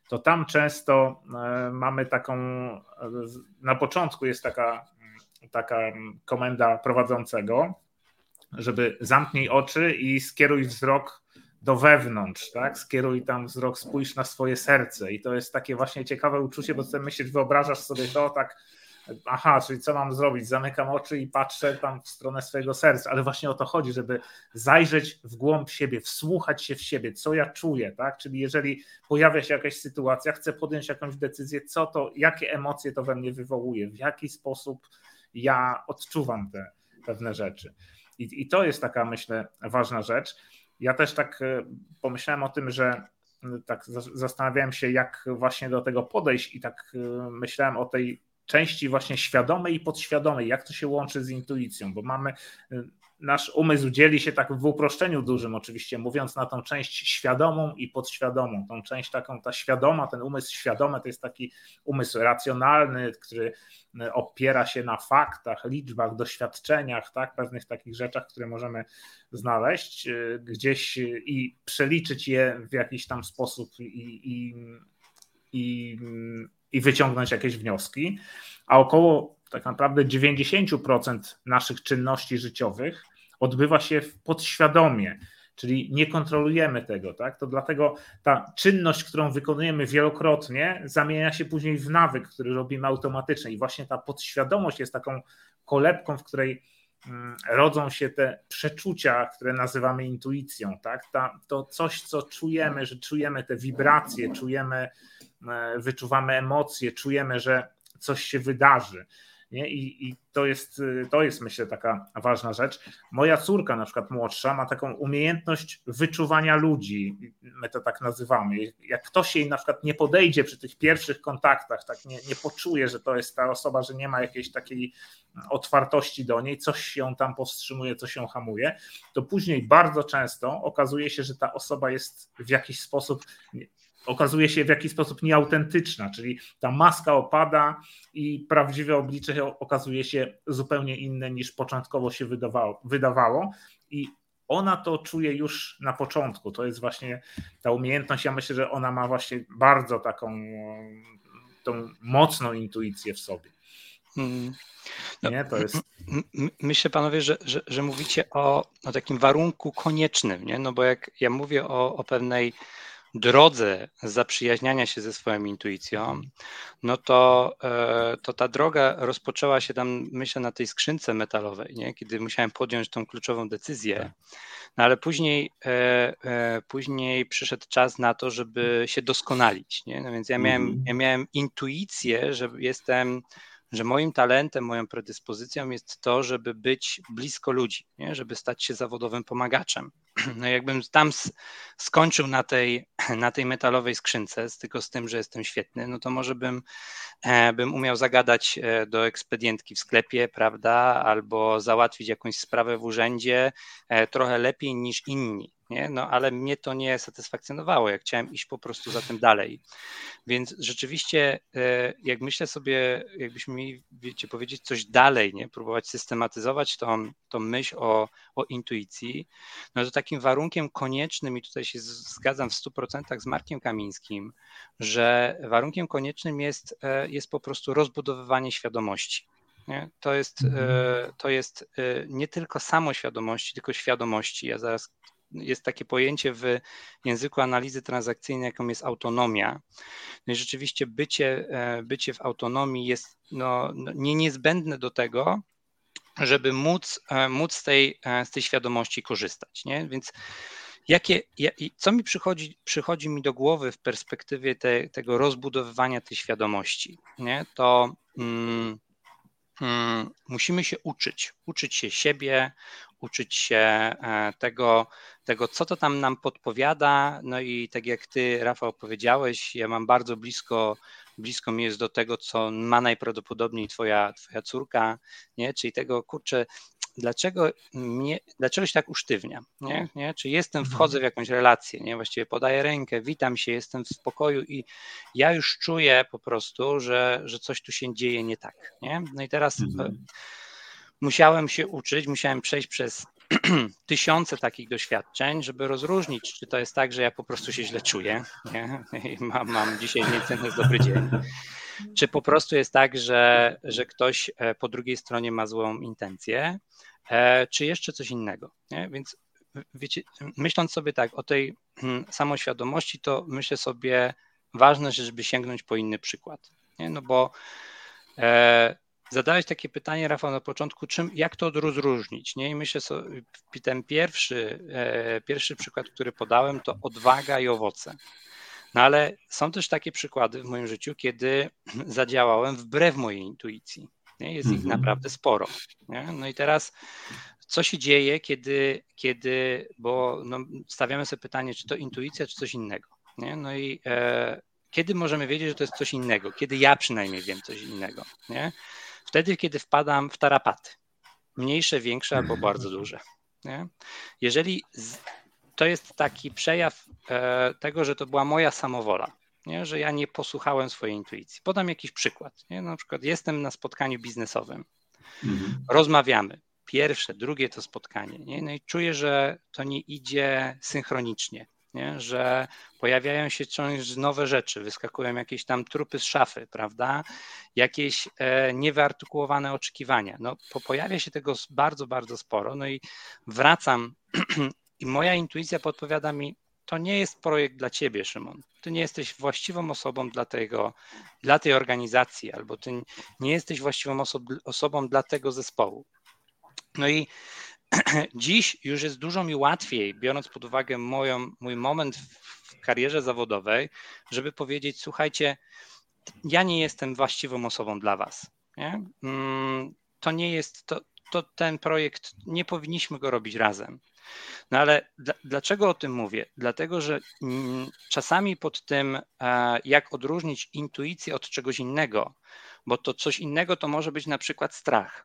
to tam często mamy taką, na początku jest taka komenda prowadzącego, żeby zamknij oczy i skieruj wzrok do wewnątrz, tak? Skieruj tam wzrok, spójrz na swoje serce i to jest takie właśnie ciekawe uczucie, bo sobie myślisz, wyobrażasz sobie to tak, aha, czyli co mam zrobić? Zamykam oczy i patrzę tam w stronę swojego serca, ale właśnie o to chodzi, żeby zajrzeć w głąb siebie, wsłuchać się w siebie, co ja czuję, tak? Czyli jeżeli pojawia się jakaś sytuacja, chcę podjąć jakąś decyzję, co to, jakie emocje to we mnie wywołuje, w jaki sposób ja odczuwam te pewne rzeczy. I to jest taka, myślę, ważna rzecz. Ja też tak pomyślałem o tym, że tak zastanawiałem się, jak właśnie do tego podejść i tak myślałem o tej części właśnie świadomej i podświadomej, jak to się łączy z intuicją, bo nasz umysł dzieli się tak w uproszczeniu dużym oczywiście, mówiąc na tą część świadomą i podświadomą. Tą część taką, ta świadoma, ten umysł świadomy to jest taki umysł racjonalny, który opiera się na faktach, liczbach, doświadczeniach, tak, pewnych takich rzeczach, które możemy znaleźć gdzieś i przeliczyć je w jakiś tam sposób i wyciągnąć jakieś wnioski, a około tak naprawdę 90% naszych czynności życiowych odbywa się podświadomie, czyli nie kontrolujemy tego, tak? To dlatego ta czynność, którą wykonujemy wielokrotnie, zamienia się później w nawyk, który robimy automatycznie i właśnie ta podświadomość jest taką kolebką, w której rodzą się te przeczucia, które nazywamy intuicją, tak? To coś, co czujemy, że czujemy te wibracje, wyczuwamy emocje, czujemy, że coś się wydarzy. Nie? I to jest, myślę, taka ważna rzecz. Moja córka, na przykład młodsza, ma taką umiejętność wyczuwania ludzi, my to tak nazywamy. Jak ktoś jej na przykład nie podejdzie przy tych pierwszych kontaktach, tak nie poczuje, że to jest ta osoba, że nie ma jakiejś takiej otwartości do niej, coś ją tam powstrzymuje, coś ją hamuje, to później bardzo często okazuje się, że ta osoba jest w jakiś sposób nieautentyczna, czyli ta maska opada i prawdziwe oblicze okazuje się zupełnie inne niż początkowo się wydawało i ona to czuje już na początku. To jest właśnie ta umiejętność, ja myślę, że ona ma właśnie bardzo taką tą mocną intuicję w sobie. Nie, to jest... Myślę, panowie, że mówicie o takim warunku koniecznym, nie? No bo jak ja mówię o pewnej drodze zaprzyjaźniania się ze swoją intuicją, no to ta droga rozpoczęła się tam, myślę, na tej skrzynce metalowej, nie? Kiedy musiałem podjąć tą kluczową decyzję, no ale później przyszedł czas na to, żeby się doskonalić, nie? No więc ja miałem intuicję, że moim talentem, moją predyspozycją jest to, żeby być blisko ludzi, nie? Żeby stać się zawodowym pomagaczem. No jakbym tam skończył na tej metalowej skrzynce, tylko z tym, że jestem świetny, no to może bym umiał zagadać do ekspedientki w sklepie, prawda, albo załatwić jakąś sprawę w urzędzie trochę lepiej niż inni. Nie? No ale mnie to nie satysfakcjonowało, jak chciałem iść po prostu za tym dalej. Więc rzeczywiście, jak myślę sobie, jakbyśmy mieli, wiecie, powiedzieć coś dalej, nie? Próbować systematyzować tą myśl o intuicji, no to takim warunkiem koniecznym, i tutaj się zgadzam w 100% z Markiem Kamińskim, że warunkiem koniecznym jest po prostu rozbudowywanie świadomości. Nie? To jest nie tylko samoświadomości, tylko świadomości. Jest takie pojęcie w języku analizy transakcyjnej, jaką jest autonomia. No i rzeczywiście bycie w autonomii jest nie niezbędne do tego, żeby móc z tej świadomości korzystać. Nie? Więc co mi przychodzi mi do głowy w perspektywie tego rozbudowywania tej świadomości, nie? To musimy się uczyć się siebie, uczyć się tego, co to tam nam podpowiada. No i tak jak ty, Rafał, powiedziałeś, ja mam bardzo blisko mi jest do tego, co ma najprawdopodobniej twoja córka, nie? Czyli tego, kurczę, dlaczego się tak usztywnia, nie? Czy wchodzę w jakąś relację, nie? Właściwie podaję rękę, witam się, jestem w spokoju i ja już czuję po prostu, że coś tu się dzieje nie tak, nie? No i teraz musiałem się uczyć, musiałem przejść przez tysiące takich doświadczeń, żeby rozróżnić, czy to jest tak, że ja po prostu się źle czuję, nie? Mam dzisiaj niecenny dobry dzień, czy po prostu jest tak, że ktoś po drugiej stronie ma złą intencję, czy jeszcze coś innego. Nie? Więc wiecie, myśląc sobie tak o tej samoświadomości, to myślę sobie, ważne, żeby sięgnąć po inny przykład. Nie? No bo zadałeś takie pytanie, Rafał, na początku, jak to rozróżnić? Nie? I myślę sobie, ten pierwszy przykład, który podałem, to odwaga i owoce. No ale są też takie przykłady w moim życiu, kiedy zadziałałem wbrew mojej intuicji. Nie? Jest ich naprawdę sporo. Nie? No i teraz co się dzieje, bo stawiamy sobie pytanie, czy to intuicja, czy coś innego. Nie? No i kiedy możemy wiedzieć, że to jest coś innego? Kiedy ja przynajmniej wiem coś innego. Nie? Wtedy, kiedy wpadam w tarapaty. Mniejsze, większe albo bardzo duże. Nie? Jeżeli to jest taki przejaw tego, że to była moja samowola, nie? Że ja nie posłuchałem swojej intuicji. Podam jakiś przykład. Nie? Na przykład jestem na spotkaniu biznesowym, rozmawiamy. Pierwsze, drugie to spotkanie. Nie? No i czuję, że to nie idzie synchronicznie, nie? Że pojawiają się nowe rzeczy, wyskakują jakieś tam trupy z szafy, prawda? Jakieś niewyartykułowane oczekiwania. No, pojawia się tego bardzo, bardzo sporo. No i wracam i moja intuicja podpowiada mi, to nie jest projekt dla ciebie, Szymon. Ty nie jesteś właściwą osobą dla tej organizacji, albo ty nie jesteś właściwą osobą dla tego zespołu. No i dziś już jest dużo mi łatwiej, biorąc pod uwagę mój moment w karierze zawodowej, żeby powiedzieć, słuchajcie, ja nie jestem właściwą osobą dla was. Nie? To nie jest, to ten projekt, nie powinniśmy go robić razem. No ale dlaczego o tym mówię? Dlatego, że czasami pod tym, jak odróżnić intuicję od czegoś innego, bo to coś innego to może być na przykład strach.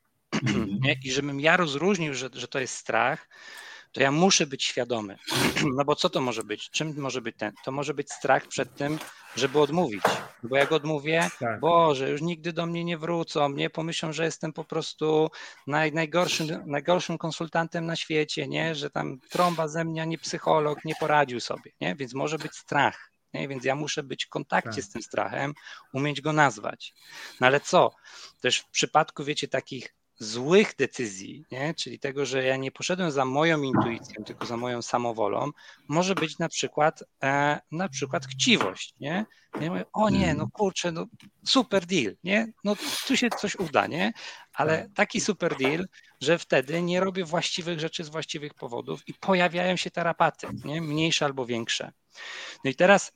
Nie? I żebym ja rozróżnił, że to jest strach, to ja muszę być świadomy. No bo co to może być? Czym może być To może być strach przed tym, żeby odmówić. Bo jak odmówię, tak. Boże, już nigdy do mnie nie wrócą, nie pomyślą, że jestem po prostu najgorszym konsultantem na świecie, nie? Że tam trąba ze mnie, a nie psycholog, nie poradził sobie. Nie? Więc może być strach. Nie? Więc ja muszę być w kontakcie z tym strachem, umieć go nazwać. No ale co? Też w przypadku, wiecie, takich złych decyzji, nie? Czyli tego, że ja nie poszedłem za moją intuicją, tylko za moją samowolą, może być na przykład chciwość, nie? Ja mówię, o nie, no kurczę, no super deal, nie? No tu się coś uda, nie? Ale taki super deal, że wtedy nie robię właściwych rzeczy z właściwych powodów i pojawiają się tarapaty, nie? Mniejsze albo większe. No i teraz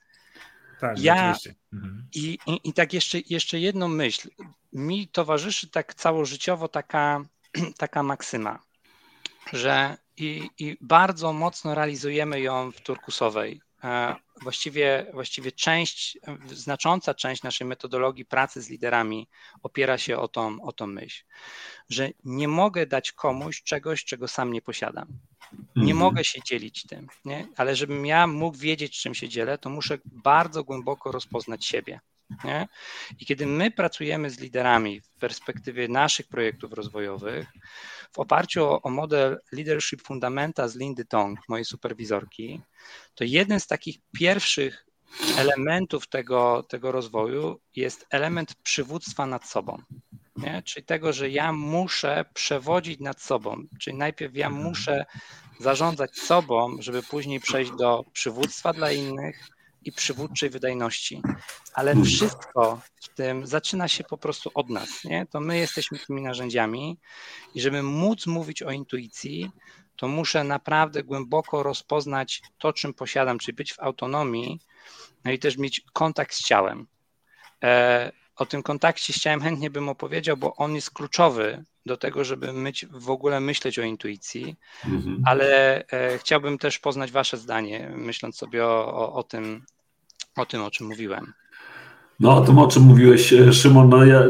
I tak jeszcze jedną myśl. Mi towarzyszy tak całożyciowo taka maksyma, że i bardzo mocno realizujemy ją w turkusowej. Właściwie znacząca część naszej metodologii pracy z liderami opiera się o tą myśl, że nie mogę dać komuś czegoś, czego sam nie posiadam. Nie mogę się dzielić tym, nie? Ale żebym ja mógł wiedzieć, czym się dzielę, to muszę bardzo głęboko rozpoznać siebie. Nie? I kiedy my pracujemy z liderami w perspektywie naszych projektów rozwojowych, w oparciu o model Leadership Fundamenta z Lindy Tong, mojej superwizorki, to jeden z takich pierwszych elementów tego rozwoju jest element przywództwa nad sobą. Nie? Czyli tego, że ja muszę przewodzić nad sobą, czyli najpierw ja muszę zarządzać sobą, żeby później przejść do przywództwa dla innych i przywódczej wydajności. Ale wszystko w tym zaczyna się po prostu od nas. Nie? To my jesteśmy tymi narzędziami i żeby móc mówić o intuicji, to muszę naprawdę głęboko rozpoznać to, czym posiadam, czyli być w autonomii, no i też mieć kontakt z ciałem. O tym kontakcie z ciałem chętnie bym opowiedział, bo on jest kluczowy do tego, żeby w ogóle myśleć o intuicji, ale chciałbym też poznać wasze zdanie, myśląc sobie o tym, o czym mówiłem. No o tym, o czym mówiłeś, Szymon,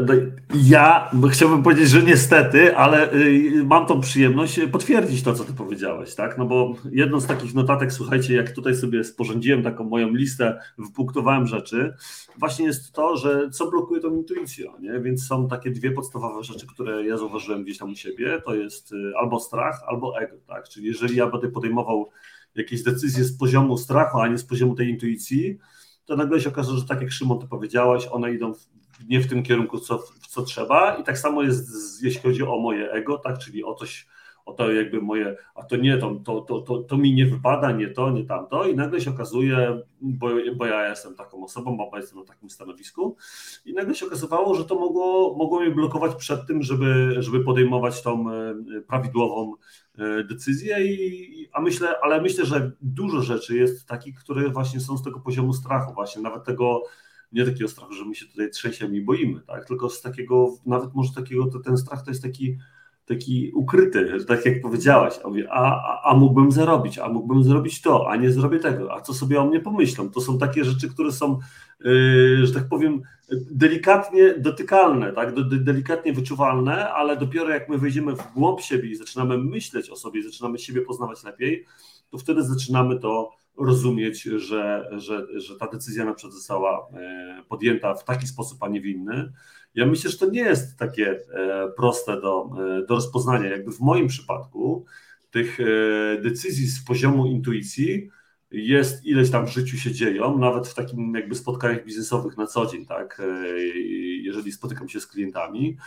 ja chciałbym powiedzieć, że niestety, ale mam tą przyjemność potwierdzić to, co ty powiedziałeś, tak? No bo jedną z takich notatek, słuchajcie, jak tutaj sobie sporządziłem taką moją listę, wypunktowałem rzeczy, właśnie jest to, że co blokuje tą intuicję, nie? Więc są takie dwie podstawowe rzeczy, które ja zauważyłem gdzieś tam u siebie, to jest albo strach, albo ego, tak? Czyli jeżeli ja będę podejmował jakieś decyzje z poziomu strachu, a nie z poziomu tej intuicji, to nagle się okaże, że tak jak Szymon ty powiedziałaś, one idą nie w tym kierunku, co trzeba i tak samo jest, jeśli chodzi o moje ego, tak, czyli o coś, o to jakby moje, a to nie, to mi nie wypada, nie to, nie tamto i nagle się okazuje, bo ja jestem taką osobą, bo jestem na takim stanowisku i nagle się okazywało, że to mogło mnie blokować przed tym, żeby podejmować tą prawidłową decyzję, ale myślę, że dużo rzeczy jest takich, które właśnie są z tego poziomu strachu, właśnie nawet tego, nie takiego strachu, że my się tutaj trzęsiemy i boimy, tak? Tylko z takiego, nawet może takiego, ten strach to jest taki ukryty, że tak jak powiedziałaś, a mógłbym zrobić to, a nie zrobię tego, a co sobie o mnie pomyślą. To są takie rzeczy, które są, że tak powiem, delikatnie dotykalne, tak? Delikatnie wyczuwalne, ale dopiero jak my wejdziemy w głąb siebie i zaczynamy myśleć o sobie, zaczynamy siebie poznawać lepiej, to wtedy zaczynamy to rozumieć, że ta decyzja na przykład została podjęta w taki sposób, a nie w inny. Ja myślę, że to nie jest takie proste do rozpoznania. Jakby w moim przypadku tych decyzji z poziomu intuicji jest ileś tam w życiu się dzieją, nawet w takim jakby spotkaniach biznesowych na co dzień, tak, jeżeli spotykam się z klientami,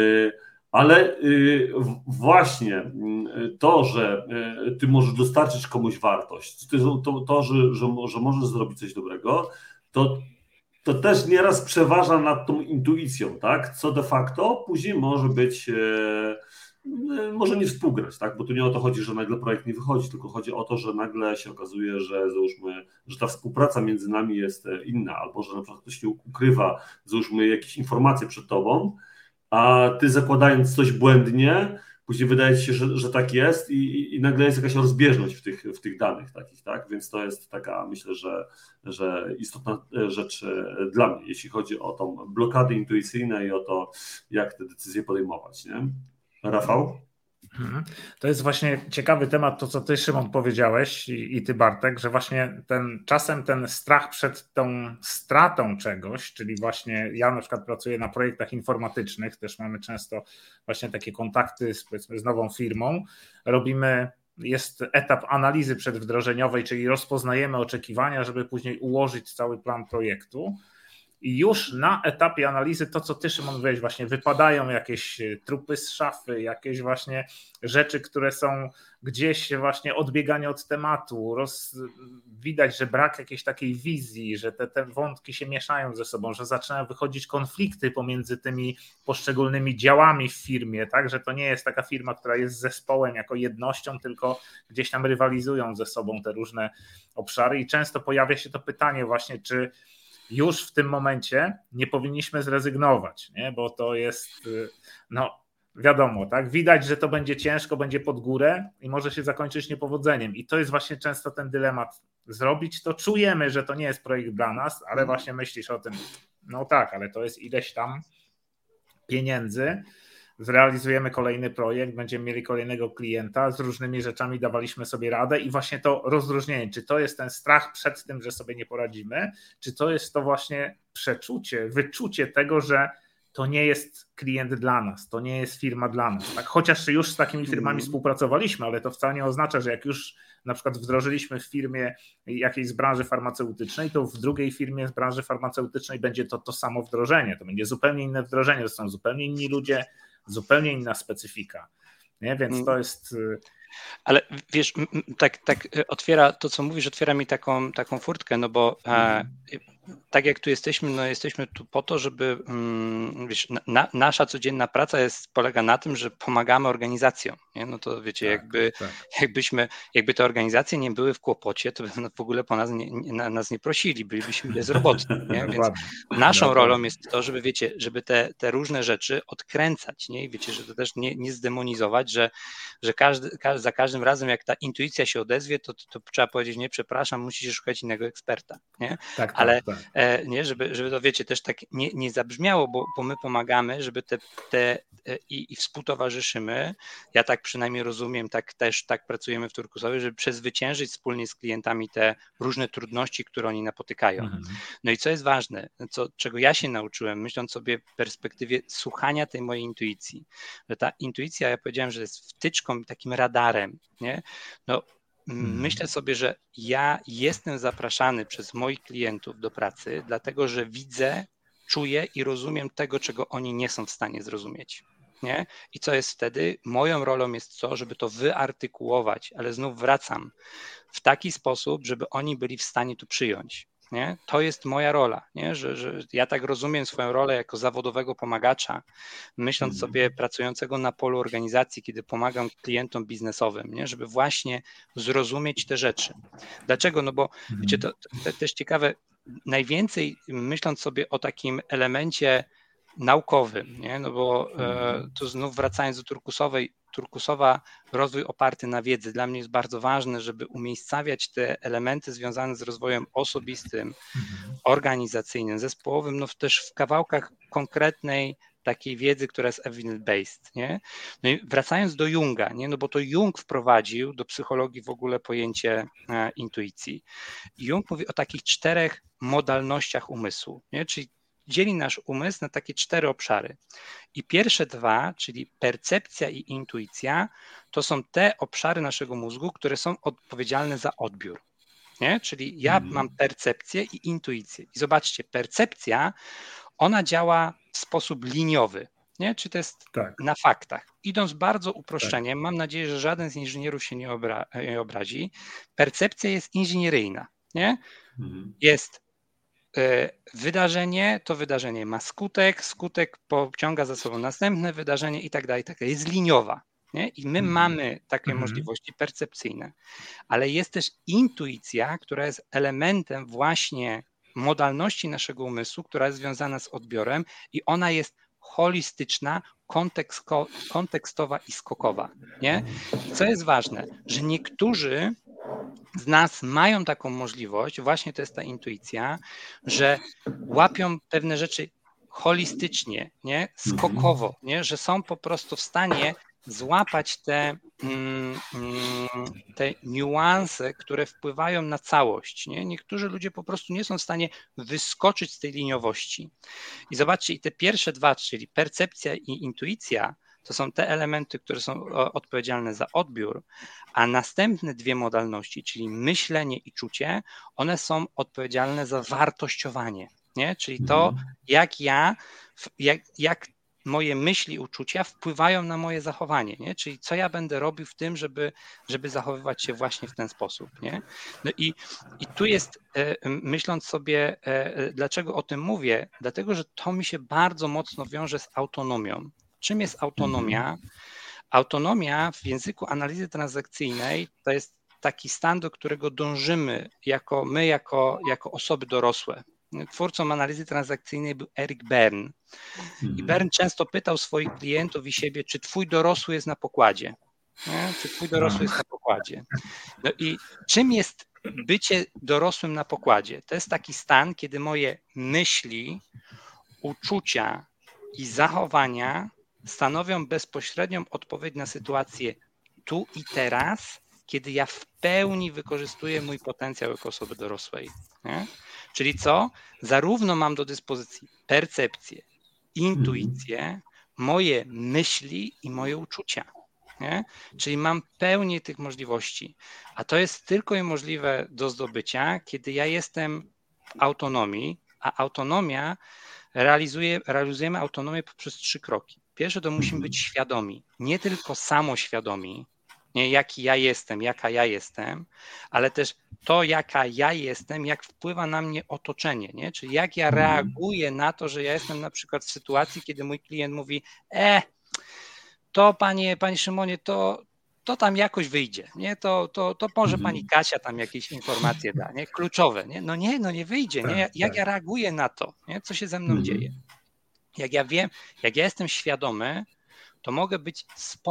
ale właśnie to, że ty możesz dostarczyć komuś wartość, że możesz zrobić coś dobrego, to też nieraz przeważa nad tą intuicją, tak? Co de facto później może być, może nie współgrać, tak? Bo tu nie o to chodzi, że nagle projekt nie wychodzi, tylko chodzi o to, że nagle się okazuje, że załóżmy, że ta współpraca między nami jest inna, albo że na przykład ktoś się ukrywa, załóżmy jakieś informacje przed tobą, a ty zakładając coś błędnie, później wydaje ci się, że tak jest i nagle jest jakaś rozbieżność w tych danych takich, tak? Więc to jest taka, myślę, że istotna rzecz dla mnie, jeśli chodzi o tą blokadę intuicyjną i o to, jak te decyzje podejmować, nie? Rafał? To jest właśnie ciekawy temat, to co ty, Szymon, powiedziałeś i ty, Bartek, że właśnie czasem ten strach przed tą stratą czegoś, czyli właśnie ja na przykład pracuję na projektach informatycznych, też mamy często właśnie takie kontakty powiedzmy z nową firmą, jest etap analizy przedwdrożeniowej, czyli rozpoznajemy oczekiwania, żeby później ułożyć cały plan projektu. I już na etapie analizy to, co ty, Szymon, mówiłeś, właśnie wypadają jakieś trupy z szafy, jakieś właśnie rzeczy, które są gdzieś właśnie odbieganie od tematu. Widać, że brak jakiejś takiej wizji, że te wątki się mieszają ze sobą, że zaczynają wychodzić konflikty pomiędzy tymi poszczególnymi działami w firmie, tak, że to nie jest taka firma, która jest zespołem jako jednością, tylko gdzieś tam rywalizują ze sobą te różne obszary i często pojawia się to pytanie właśnie, czy już w tym momencie nie powinniśmy zrezygnować, nie? Bo to jest, no wiadomo, tak? Widać, że to będzie ciężko, będzie pod górę i może się zakończyć niepowodzeniem. I to jest właśnie często ten dylemat. Zrobić to, czujemy, że to nie jest projekt dla nas, ale właśnie myślisz o tym, no tak, ale to jest ileś tam pieniędzy, zrealizujemy kolejny projekt, będziemy mieli kolejnego klienta, z różnymi rzeczami dawaliśmy sobie radę i właśnie to rozróżnienie, czy to jest ten strach przed tym, że sobie nie poradzimy, czy to jest to właśnie przeczucie, wyczucie tego, że to nie jest klient dla nas, to nie jest firma dla nas. Tak? Chociaż już z takimi firmami współpracowaliśmy, ale to wcale nie oznacza, że jak już na przykład wdrożyliśmy w firmie jakiejś z branży farmaceutycznej, to w drugiej firmie z branży farmaceutycznej będzie to samo wdrożenie, to będzie zupełnie inne wdrożenie, to są zupełnie inni ludzie, zupełnie inna specyfika, nie? Więc to jest... Ale wiesz, tak otwiera, to co mówisz, otwiera mi taką furtkę, no bo tak jak tu jesteśmy, no jesteśmy tu po to, żeby, wiesz, nasza codzienna praca polega na tym, że pomagamy organizacjom, nie? No to wiecie, jakby te organizacje nie były w kłopocie, to by w ogóle po nas nie prosili, bylibyśmy bezrobotni, nie? Więc naszą rolą jest to, żeby, wiecie, żeby te różne rzeczy odkręcać, nie? I wiecie, że to też nie zdemonizować, że za każdym razem, jak ta intuicja się odezwie, to trzeba powiedzieć, nie, przepraszam, musisz szukać innego eksperta, nie? Tak. nie, żeby to wiecie, też tak nie zabrzmiało, bo my pomagamy, żeby i współtowarzyszymy. Ja tak przynajmniej rozumiem, tak pracujemy w Turkusowie, żeby przezwyciężyć wspólnie z klientami te różne trudności, które oni napotykają. No i co jest ważne, czego ja się nauczyłem, myśląc sobie w perspektywie słuchania tej mojej intuicji, że ta intuicja, ja powiedziałem, że jest wtyczką, takim radarem, nie? No, myślę sobie, że ja jestem zapraszany przez moich klientów do pracy, dlatego że widzę, czuję i rozumiem tego, czego oni nie są w stanie zrozumieć. Nie? I co jest wtedy? Moją rolą jest to, żeby to wyartykułować, ale znów wracam w taki sposób, żeby oni byli w stanie to przyjąć. Nie? To jest moja rola, nie? Że ja tak rozumiem swoją rolę jako zawodowego pomagacza, myśląc sobie pracującego na polu organizacji, kiedy pomagam klientom biznesowym, nie? Żeby właśnie zrozumieć te rzeczy. Dlaczego? No bo wiecie, to też ciekawe, najwięcej myśląc sobie o takim elemencie naukowym, nie? No bo tu znów wracając do Turkusowa rozwój oparty na wiedzy. Dla mnie jest bardzo ważne, żeby umiejscawiać te elementy związane z rozwojem osobistym, organizacyjnym, zespołowym, no też w kawałkach konkretnej takiej wiedzy, która jest evidence-based, nie? No i wracając do Junga, nie? No bo to Jung wprowadził do psychologii w ogóle pojęcie intuicji. Jung mówi o takich 4 modalnościach umysłu, nie? Czyli dzieli nasz umysł na takie 4 obszary. I pierwsze 2, czyli percepcja i intuicja, to są te obszary naszego mózgu, które są odpowiedzialne za odbiór. Nie? Czyli ja mam percepcję i intuicję. I zobaczcie, percepcja, ona działa w sposób liniowy. Nie? Czy to jest na faktach. Idąc bardzo uproszczeniem, mam nadzieję, że żaden z inżynierów się nie obrazi. Percepcja jest inżynieryjna. Nie? Jest wydarzenie, to wydarzenie ma skutek pociąga za sobą następne wydarzenie i tak dalej. Jest liniowa. Nie? I my mamy takie możliwości percepcyjne, ale jest też intuicja, która jest elementem właśnie modalności naszego umysłu, która jest związana z odbiorem i ona jest holistyczna, kontekstowa i skokowa. Nie? I co jest ważne, że niektórzy z nas mają taką możliwość, właśnie to jest ta intuicja, że łapią pewne rzeczy holistycznie, nie? Skokowo, nie? Że są po prostu w stanie złapać te niuanse, które wpływają na całość. Nie? Niektórzy ludzie po prostu nie są w stanie wyskoczyć z tej liniowości. I zobaczcie, i te pierwsze 2, czyli percepcja i intuicja, to są te elementy, które są odpowiedzialne za odbiór, a następne 2 modalności, czyli myślenie i czucie, one są odpowiedzialne za wartościowanie. Nie? Czyli to, jak moje myśli, uczucia wpływają na moje zachowanie, nie? Czyli co ja będę robił w tym, żeby zachowywać się właśnie w ten sposób, nie? No i tu jest, myśląc sobie, dlaczego o tym mówię, dlatego, że to mi się bardzo mocno wiąże z autonomią. Czym jest autonomia? Autonomia w języku analizy transakcyjnej to jest taki stan, do którego dążymy jako osoby dorosłe. Twórcą analizy transakcyjnej był Eric Berne. I Berne często pytał swoich klientów i siebie, czy twój dorosły jest na pokładzie? Nie? Czy twój dorosły jest na pokładzie? No i czym jest bycie dorosłym na pokładzie? To jest taki stan, kiedy moje myśli, uczucia i zachowania stanowią bezpośrednią odpowiedź na sytuację tu i teraz, kiedy ja w pełni wykorzystuję mój potencjał jako osoby dorosłej. Nie? Czyli co? Zarówno mam do dyspozycji percepcję, intuicję, moje myśli i moje uczucia. Nie? Czyli mam pełnię tych możliwości. A to jest tylko i możliwe do zdobycia, kiedy ja jestem w autonomii, a autonomia realizujemy autonomię poprzez 3 kroki. Pierwsze to musimy być świadomi, nie tylko samoświadomi, nie jaki ja jestem, jaka ja jestem, ale też to, jaka ja jestem, jak wpływa na mnie otoczenie, nie? Czyli jak ja reaguję na to, że ja jestem na przykład w sytuacji, kiedy mój klient mówi, to panie Szymonie, to tam jakoś wyjdzie, nie? To może pani Kasia tam jakieś informacje da, nie? Kluczowe, nie? No nie wyjdzie, nie? Jak ja reaguję na to, nie? Co się ze mną dzieje? Jak ja wiem, jak ja jestem świadomy, to mogę być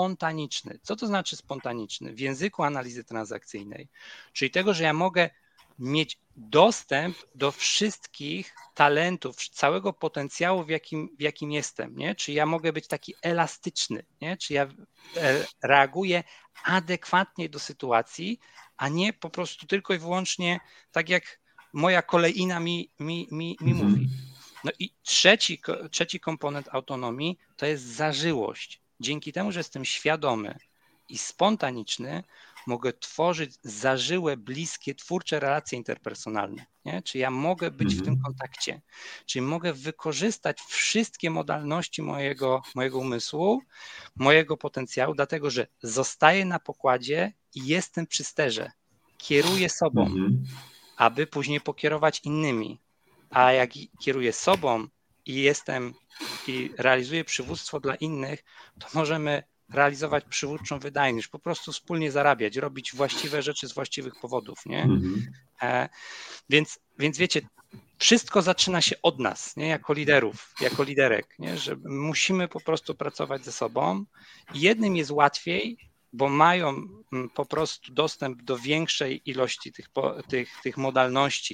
spontaniczny. Co to znaczy spontaniczny? W języku analizy transakcyjnej, czyli tego, że ja mogę mieć dostęp do wszystkich talentów, całego potencjału, w jakim jestem, nie? Czy ja mogę być taki elastyczny, nie? Czy ja reaguję adekwatnie do sytuacji, a nie po prostu tylko i wyłącznie tak, jak moja kolejna mi mówi. No i trzeci komponent autonomii to jest zażyłość. Dzięki temu, że jestem świadomy i spontaniczny, mogę tworzyć zażyłe, bliskie, twórcze relacje interpersonalne. Nie? Czy ja mogę być w tym kontakcie? Czyli mogę wykorzystać wszystkie modalności mojego umysłu, mojego potencjału, dlatego że zostaję na pokładzie i jestem przy sterze. Kieruję sobą, aby później pokierować innymi. A jak kieruję sobą i realizuję przywództwo dla innych, to możemy realizować przywódczą wydajność, po prostu wspólnie zarabiać, robić właściwe rzeczy z właściwych powodów, nie? Więc wiecie, wszystko zaczyna się od nas, nie? Jako liderów, jako liderek, nie? Że musimy po prostu pracować ze sobą. Jednym jest łatwiej, bo mają po prostu dostęp do większej ilości tych modalności,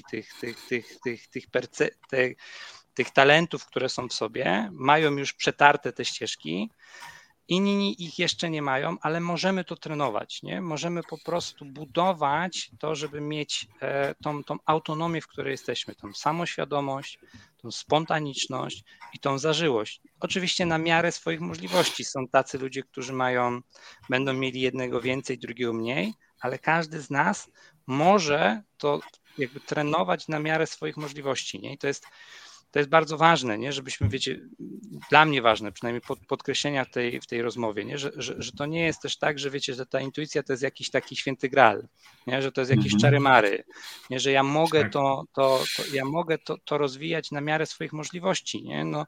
tych talentów, które są w sobie, mają już przetarte te ścieżki. Inni ich jeszcze nie mają, ale możemy to trenować, nie? Możemy po prostu budować to, żeby mieć tą autonomię, w której jesteśmy, tą samoświadomość, tą spontaniczność i tą zażyłość. Oczywiście na miarę swoich możliwości. Są tacy ludzie, którzy będą mieli jednego więcej, drugiego mniej, ale każdy z nas może to jakby trenować na miarę swoich możliwości, nie? I to jest bardzo ważne, nie? Żebyśmy, wiecie, dla mnie ważne, przynajmniej podkreślenia w tej rozmowie, nie? Że to nie jest też tak, że wiecie, że ta intuicja to jest jakiś taki święty gral, nie? Że to jest jakieś czary-mary, nie? Że ja mogę to rozwijać na miarę swoich możliwości, nie? No,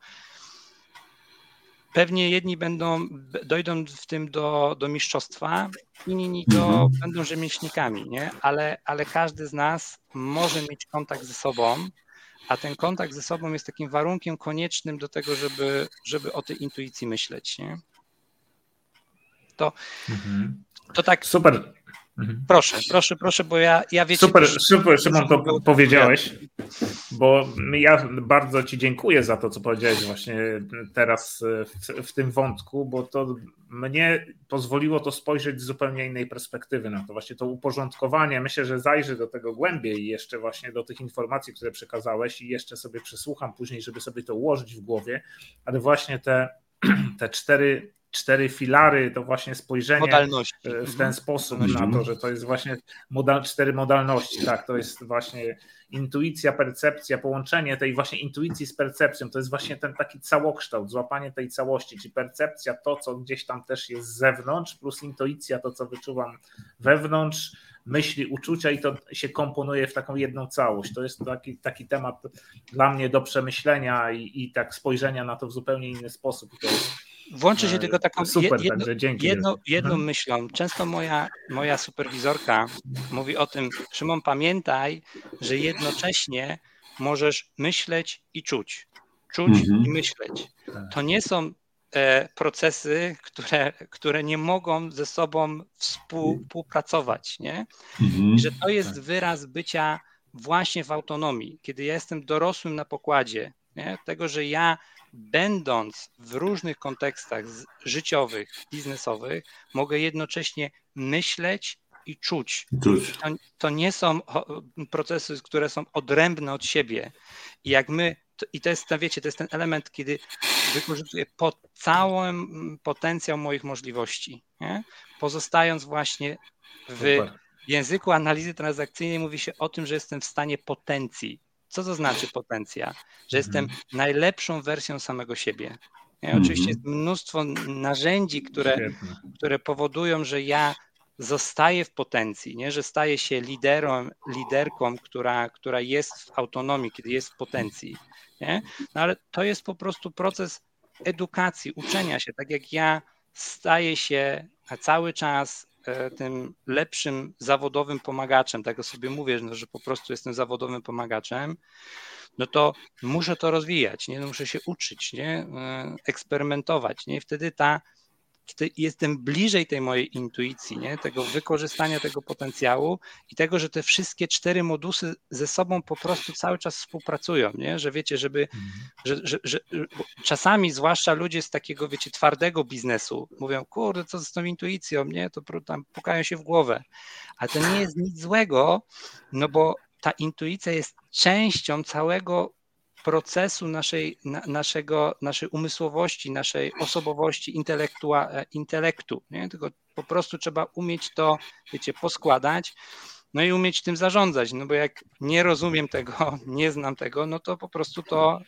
pewnie jedni dojdą w tym do mistrzostwa, inni będą rzemieślnikami, nie? Ale każdy z nas może mieć kontakt ze sobą, a ten kontakt ze sobą jest takim warunkiem koniecznym do tego, żeby o tej intuicji myśleć, nie? To tak. Super. Proszę, bo ja wiecie... Super, Szymon, to powiedziałeś, bo ja bardzo Ci dziękuję za to, co powiedziałeś właśnie teraz w tym wątku, bo to mnie pozwoliło to spojrzeć z zupełnie innej perspektywy na to. Właśnie to uporządkowanie, myślę, że zajrzę do tego głębiej i jeszcze właśnie do tych informacji, które przekazałeś i jeszcze sobie przesłucham później, żeby sobie to ułożyć w głowie, ale właśnie te cztery filary, to właśnie spojrzenie w ten sposób na to, że to jest właśnie 4 modalności, tak, to jest właśnie intuicja, percepcja, połączenie tej właśnie intuicji z percepcją, to jest właśnie ten taki całokształt, złapanie tej całości, czyli percepcja to, co gdzieś tam też jest z zewnątrz, plus intuicja, to co wyczuwam wewnątrz, myśli, uczucia i to się komponuje w taką jedną całość. To jest taki temat dla mnie do przemyślenia i tak spojrzenia na to w zupełnie inny sposób. To jest włączę się tylko taką jedną myślą. Często moja superwizorka mówi o tym, Szymon, pamiętaj, że jednocześnie możesz myśleć i czuć. I myśleć. To nie są procesy, które nie mogą ze sobą współpracować, nie? I że to jest wyraz bycia właśnie w autonomii. Kiedy ja jestem dorosłym na pokładzie, nie? Tego, że ja będąc w różnych kontekstach życiowych, biznesowych, mogę jednocześnie myśleć i czuć. To nie są procesy, które są odrębne od siebie. I to jest, wiecie, to jest ten element, kiedy wykorzystuję cały potencjał moich możliwości, nie? Pozostając właśnie w języku analizy transakcyjnej mówi się o tym, że jestem w stanie potencji. Co to znaczy potencja? Że jestem najlepszą wersją samego siebie. Oczywiście jest mnóstwo narzędzi, które powodują, że ja zostaję w potencji, nie? Że staję się liderką, która jest w autonomii, kiedy jest w potencji. Nie? No ale to jest po prostu proces edukacji, uczenia się. Tak jak ja staję się cały czas tym lepszym zawodowym pomagaczem, tak sobie mówię, że po prostu jestem zawodowym pomagaczem, no to muszę to rozwijać, nie? No muszę się uczyć, nie? Eksperymentować, nie? I wtedy jestem bliżej tej mojej intuicji, nie? Tego wykorzystania tego potencjału i tego, że te wszystkie 4 modusy ze sobą po prostu cały czas współpracują, nie? Że wiecie, że bo czasami zwłaszcza ludzie z takiego, wiecie, twardego biznesu mówią, kurde, co z tą intuicją, nie? To tam pukają się w głowę, ale to nie jest nic złego, no bo ta intuicja jest częścią całego procesu naszej umysłowości, naszej osobowości, intelektu. Nie? Tylko po prostu trzeba umieć to, wiecie, poskładać, no i umieć tym zarządzać, no bo jak nie rozumiem tego, nie znam tego, no to po prostu to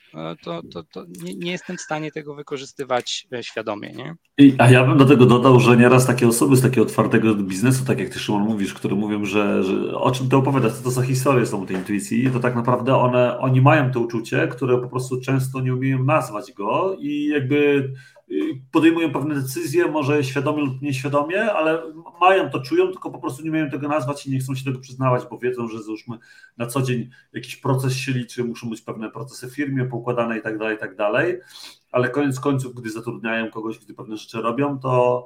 nie jestem w stanie tego wykorzystywać świadomie, nie? A ja bym do tego dodał, że nieraz takie osoby z takiego twardego biznesu, tak jak ty, Szymon, mówisz, które mówią, że o czym ty opowiadasz, co to za historie są tej intuicji, to tak naprawdę oni mają to uczucie, które po prostu często nie umieją nazwać go i jakby podejmują pewne decyzje, może świadomie lub nieświadomie, ale mają to, czują, tylko po prostu nie umieją tego nazwać i nie chcą się tego przyznawać, bo wiedzą, że załóżmy na co dzień jakiś proces się liczy, muszą być pewne procesy w firmie poukładane i tak dalej, ale koniec końców, gdy zatrudniają kogoś, gdy pewne rzeczy robią, to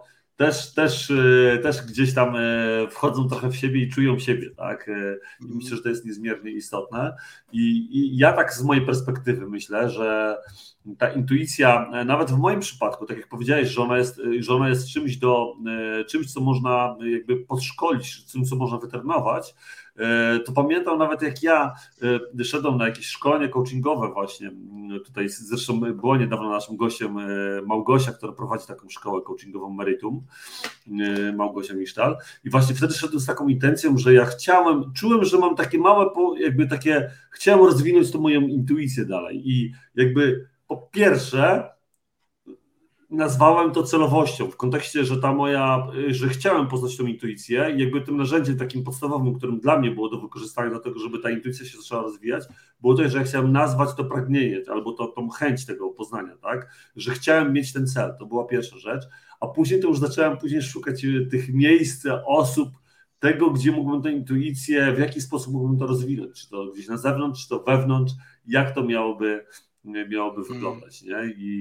też gdzieś tam wchodzą trochę w siebie i czują siebie, tak? I myślę, że to jest niezmiernie istotne. I ja tak z mojej perspektywy myślę, że ta intuicja, nawet w moim przypadku, tak jak powiedziałeś, że ona jest czymś, co można jakby podszkolić, czymś, co można wytrenować, to pamiętam nawet jak ja szedłem na jakieś szkolenie coachingowe właśnie, tutaj zresztą była niedawno naszym gościem Małgosia, która prowadzi taką szkołę coachingową Meritum, Małgosia Misztal, i właśnie wtedy szedłem z taką intencją, że ja czułem, że mam takie małe, chciałem rozwinąć tą moją intuicję dalej i jakby po pierwsze nazwałem to celowością, w kontekście, że chciałem poznać tą intuicję i jakby tym narzędziem takim podstawowym, którym dla mnie było do wykorzystania do tego, żeby ta intuicja się zaczęła rozwijać, było to, że ja chciałem nazwać to pragnienie, albo tą chęć tego poznania, tak, że chciałem mieć ten cel, to była pierwsza rzecz, a później to już zacząłem szukać tych miejsc, osób, tego, gdzie mógłbym tę intuicję, w jaki sposób mógłbym to rozwinąć, czy to gdzieś na zewnątrz, czy to wewnątrz, jak to miałoby wyglądać, nie?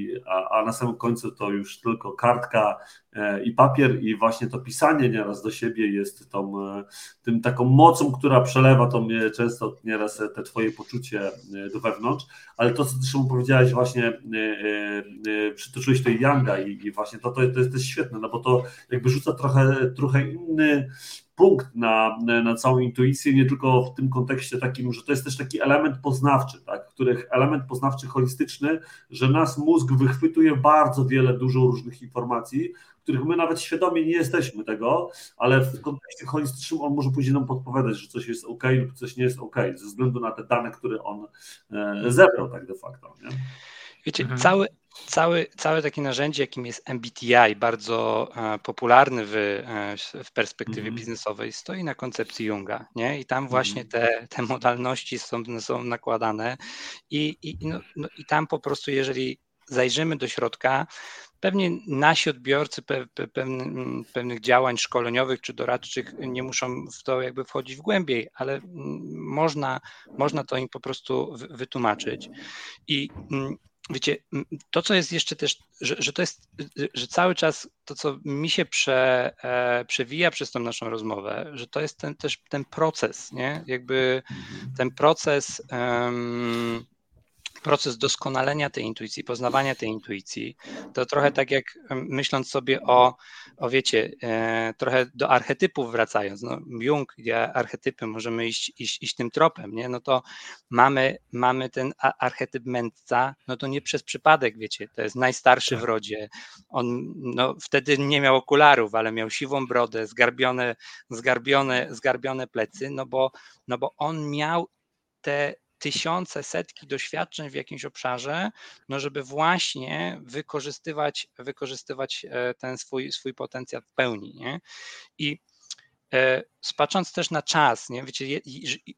A na samym końcu to już tylko kartka i papier i właśnie to pisanie nieraz do siebie jest tym taką mocą, która przelewa to mnie często nieraz te twoje poczucie do wewnątrz, ale to, co ty Szymon powiedziałeś właśnie, przytoczyłeś tutaj Younga i właśnie to jest świetne, no bo to jakby rzuca trochę inny punkt na całą intuicję, nie tylko w tym kontekście takim, że to jest też taki element poznawczy, tak? Element poznawczy holistyczny, że nas mózg wychwytuje bardzo dużo różnych informacji, których my nawet świadomie nie jesteśmy tego, ale w kontekście holistycznym on może później nam podpowiadać, że coś jest ok lub coś nie jest ok, ze względu na te dane, które on zebrał tak de facto. Nie? Wiecie, całe takie narzędzie, jakim jest MBTI, bardzo popularny w perspektywie biznesowej, stoi na koncepcji Junga, nie? I tam właśnie te modalności są nakładane i tam po prostu, jeżeli zajrzymy do środka, pewnie nasi odbiorcy pewnych działań szkoleniowych czy doradczych nie muszą w to jakby wchodzić w głębiej, ale można to im po prostu wytłumaczyć. I wiecie, to co jest jeszcze też, że cały czas to, co mi się przewija przez tą naszą rozmowę, że to jest też ten proces, nie? Jakby ten proces doskonalenia tej intuicji, poznawania tej intuicji, to trochę tak jak myśląc sobie o wiecie, trochę do archetypów wracając, no Jung, gdzie archetypy możemy iść tym tropem, nie? No to mamy ten archetyp mędrca, no to nie przez przypadek, wiecie, to jest najstarszy w rodzie, on wtedy nie miał okularów, ale miał siwą brodę, zgarbione plecy, no bo on miał te tysiące, setki doświadczeń w jakimś obszarze, no żeby właśnie wykorzystywać ten swój potencjał w pełni, nie? I patrząc też na czas, nie? Wiecie,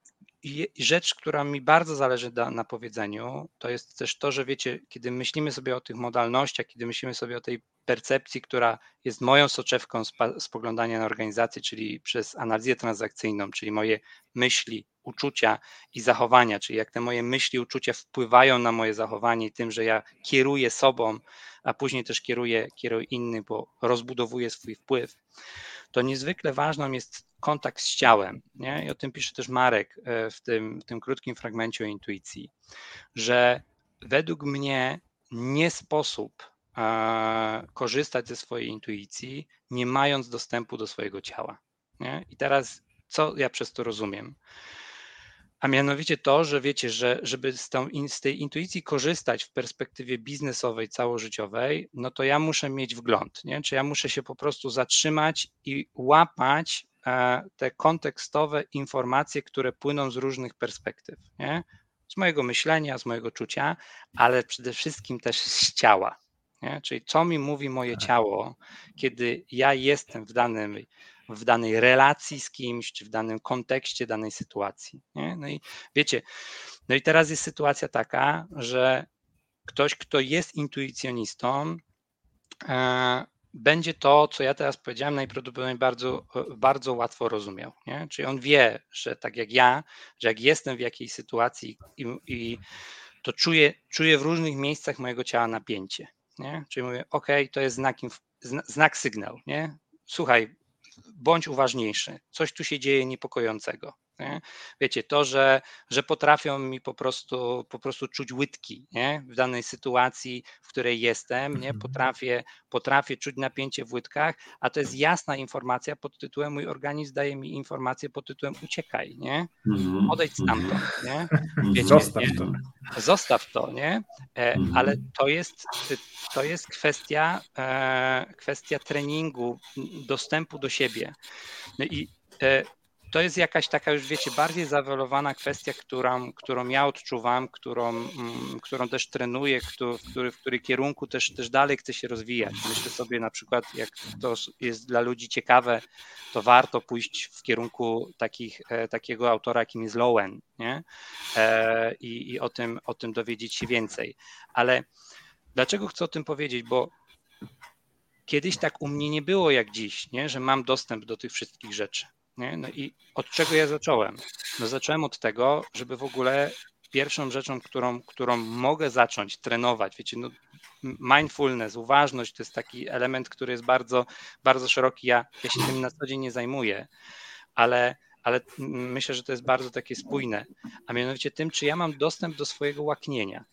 rzecz, która mi bardzo zależy na powiedzeniu, to jest też to, że wiecie, kiedy myślimy sobie o tych modalnościach, kiedy myślimy sobie o tej percepcji, która jest moją soczewką spoglądania na organizację, czyli przez analizę transakcyjną, czyli moje myśli, uczucia i zachowania, czyli jak te moje myśli, uczucia wpływają na moje zachowanie i tym, że ja kieruję sobą, a później też kieruję innych, bo rozbudowuję swój wpływ, to niezwykle ważną jest kontakt z ciałem. Nie? I o tym pisze też Marek w tym krótkim fragmencie o intuicji, że według mnie nie sposób korzystać ze swojej intuicji, nie mając dostępu do swojego ciała. Nie? I teraz co ja przez to rozumiem? A mianowicie to, że wiecie, że żeby z tej intuicji korzystać w perspektywie biznesowej, całożyciowej, no to ja muszę mieć wgląd, nie? Czy ja muszę się po prostu zatrzymać i łapać te kontekstowe informacje, które płyną z różnych perspektyw, nie? Z mojego myślenia, z mojego czucia, ale przede wszystkim też z ciała. Nie? Czyli co mi mówi moje ciało, kiedy ja jestem w danej relacji z kimś, czy w danym kontekście danej sytuacji. Nie? No i wiecie, no i teraz jest sytuacja taka, że ktoś, kto jest intuicjonistą, będzie to, co ja teraz powiedziałem, najprawdopodobniej bardzo, bardzo łatwo rozumiał. Nie? Czyli on wie, że tak jak ja, że jak jestem w jakiejś sytuacji i to czuję w różnych miejscach mojego ciała napięcie. Nie? Czyli mówię, ok, to jest znak, sygnał. Nie? Słuchaj, bądź uważniejszy, coś tu się dzieje niepokojącego. Nie? Wiecie, to, że potrafią mi po prostu czuć łydki, nie? W danej sytuacji, w której jestem, nie? Potrafię czuć napięcie w łydkach, a to jest jasna informacja pod tytułem, mój organizm daje mi informację pod tytułem uciekaj, nie? Odejdź stamtąd, nie? Wiecie, Zostaw nie? to. Zostaw to, nie? Ale to jest kwestia treningu, dostępu do siebie. No i to jest jakaś taka już, wiecie, bardziej zawelowana kwestia, którą ja odczuwam, którą też trenuję, w której kierunku też dalej chcę się rozwijać. Myślę sobie na przykład, jak to jest dla ludzi ciekawe, to warto pójść w kierunku takiego autora, jakim jest Lowen, nie? I o tym dowiedzieć się więcej. Ale dlaczego chcę o tym powiedzieć? Bo kiedyś tak u mnie nie było jak dziś, nie? Że mam dostęp do tych wszystkich rzeczy. Nie? No i od czego ja zacząłem? No zacząłem od tego, żeby w ogóle pierwszą rzeczą, którą mogę zacząć trenować, wiecie, no mindfulness, uważność to jest taki element, który jest bardzo, bardzo szeroki. Ja się tym na co dzień nie zajmuję, ale myślę, że to jest bardzo takie spójne, a mianowicie tym, czy ja mam dostęp do swojego łaknienia.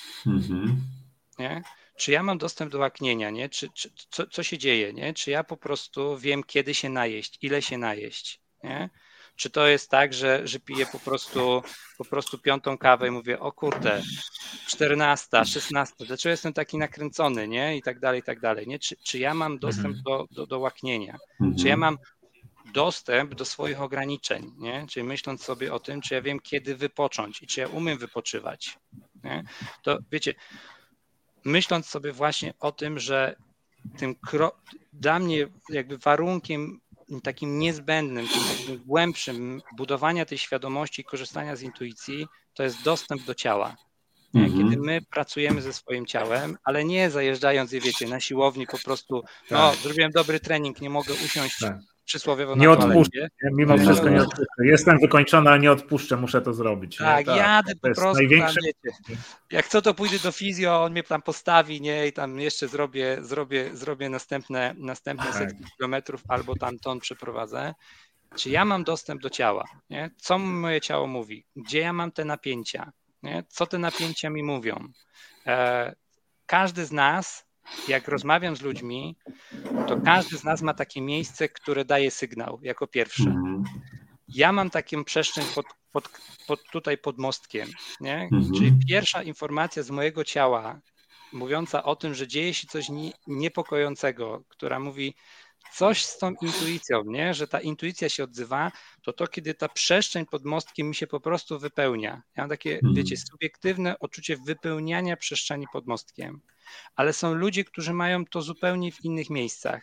Nie? Czy ja mam dostęp do łaknienia, nie? Co się dzieje, nie? Czy ja po prostu wiem, kiedy się najeść, ile się najeść, nie? Czy to jest tak, że piję po prostu 5. kawę i mówię, o kurde, 14, 16, dlaczego jestem taki nakręcony, nie? I tak dalej, nie? Czy ja mam dostęp do łaknienia? Czy ja mam dostęp do swoich ograniczeń, nie? Czyli myśląc sobie o tym, czy ja wiem, kiedy wypocząć i czy ja umiem wypoczywać, nie? To wiecie, myśląc sobie właśnie o tym, że dla mnie jakby warunkiem takim niezbędnym, takim głębszym budowania tej świadomości i korzystania z intuicji, to jest dostęp do ciała. Kiedy my pracujemy ze swoim ciałem, ale nie zajeżdżając, wiecie, na siłowni po prostu, no zrobiłem dobry trening, nie mogę usiąść przysłowiowo na toalecie. Nie odpuszczę, mimo wszystko nie odpuszczę. Jestem wykończony, ale nie odpuszczę, muszę to zrobić. Tak, jadę po prostu, największe... tam, wiecie, jak co to pójdę do fizjo, on mnie tam postawi, nie, i tam jeszcze zrobię następne setki kilometrów, albo tam ton przeprowadzę. Czy ja mam dostęp do ciała, nie? Co moje ciało mówi? Gdzie ja mam te napięcia? Nie? Co te napięcia mi mówią? Każdy z nas, jak rozmawiam z ludźmi, to każdy z nas ma takie miejsce, które daje sygnał jako pierwsze. Ja mam taką przestrzeń tutaj pod mostkiem, nie? Czyli pierwsza informacja z mojego ciała, mówiąca o tym, że dzieje się coś niepokojącego, która mówi coś z tą intuicją, nie? Że ta intuicja się odzywa, to kiedy ta przestrzeń pod mostkiem mi się po prostu wypełnia. Ja mam takie, wiecie, subiektywne uczucie wypełniania przestrzeni pod mostkiem, ale są ludzie, którzy mają to zupełnie w innych miejscach.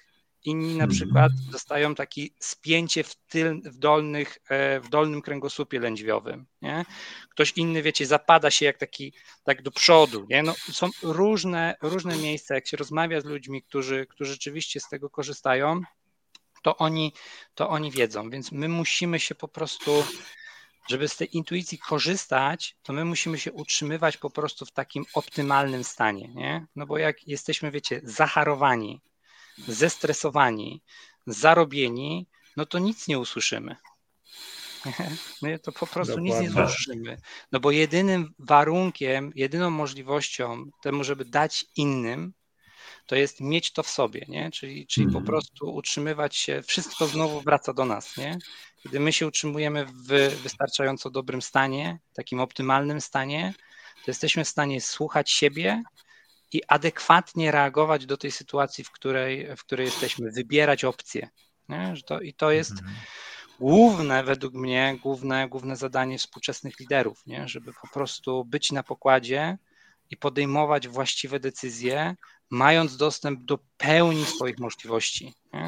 inni na przykład dostają takie spięcie w dolnym kręgosłupie lędźwiowym, nie? Ktoś inny, wiecie, zapada się tak do przodu, nie? No, są różne miejsca, jak się rozmawia z ludźmi, którzy rzeczywiście z tego korzystają, to oni wiedzą, więc my musimy się po prostu, żeby z tej intuicji korzystać, to my musimy się utrzymywać po prostu w takim optymalnym stanie, nie? No bo jak jesteśmy, wiecie, zacharowani, zestresowani, zarobieni, no to nic nie usłyszymy. My to po prostu nic nie usłyszymy. No bo jedynym warunkiem, jedyną możliwością temu, żeby dać innym, to jest mieć to w sobie, nie? Czyli po prostu utrzymywać się, wszystko znowu wraca do nas, nie? Kiedy my się utrzymujemy w wystarczająco dobrym stanie, takim optymalnym stanie, to jesteśmy w stanie słuchać siebie i adekwatnie reagować do tej sytuacji, w której jesteśmy, wybierać opcje. Nie? To jest według mnie główne zadanie współczesnych liderów, nie? Żeby po prostu być na pokładzie i podejmować właściwe decyzje, mając dostęp do pełni swoich możliwości. Nie?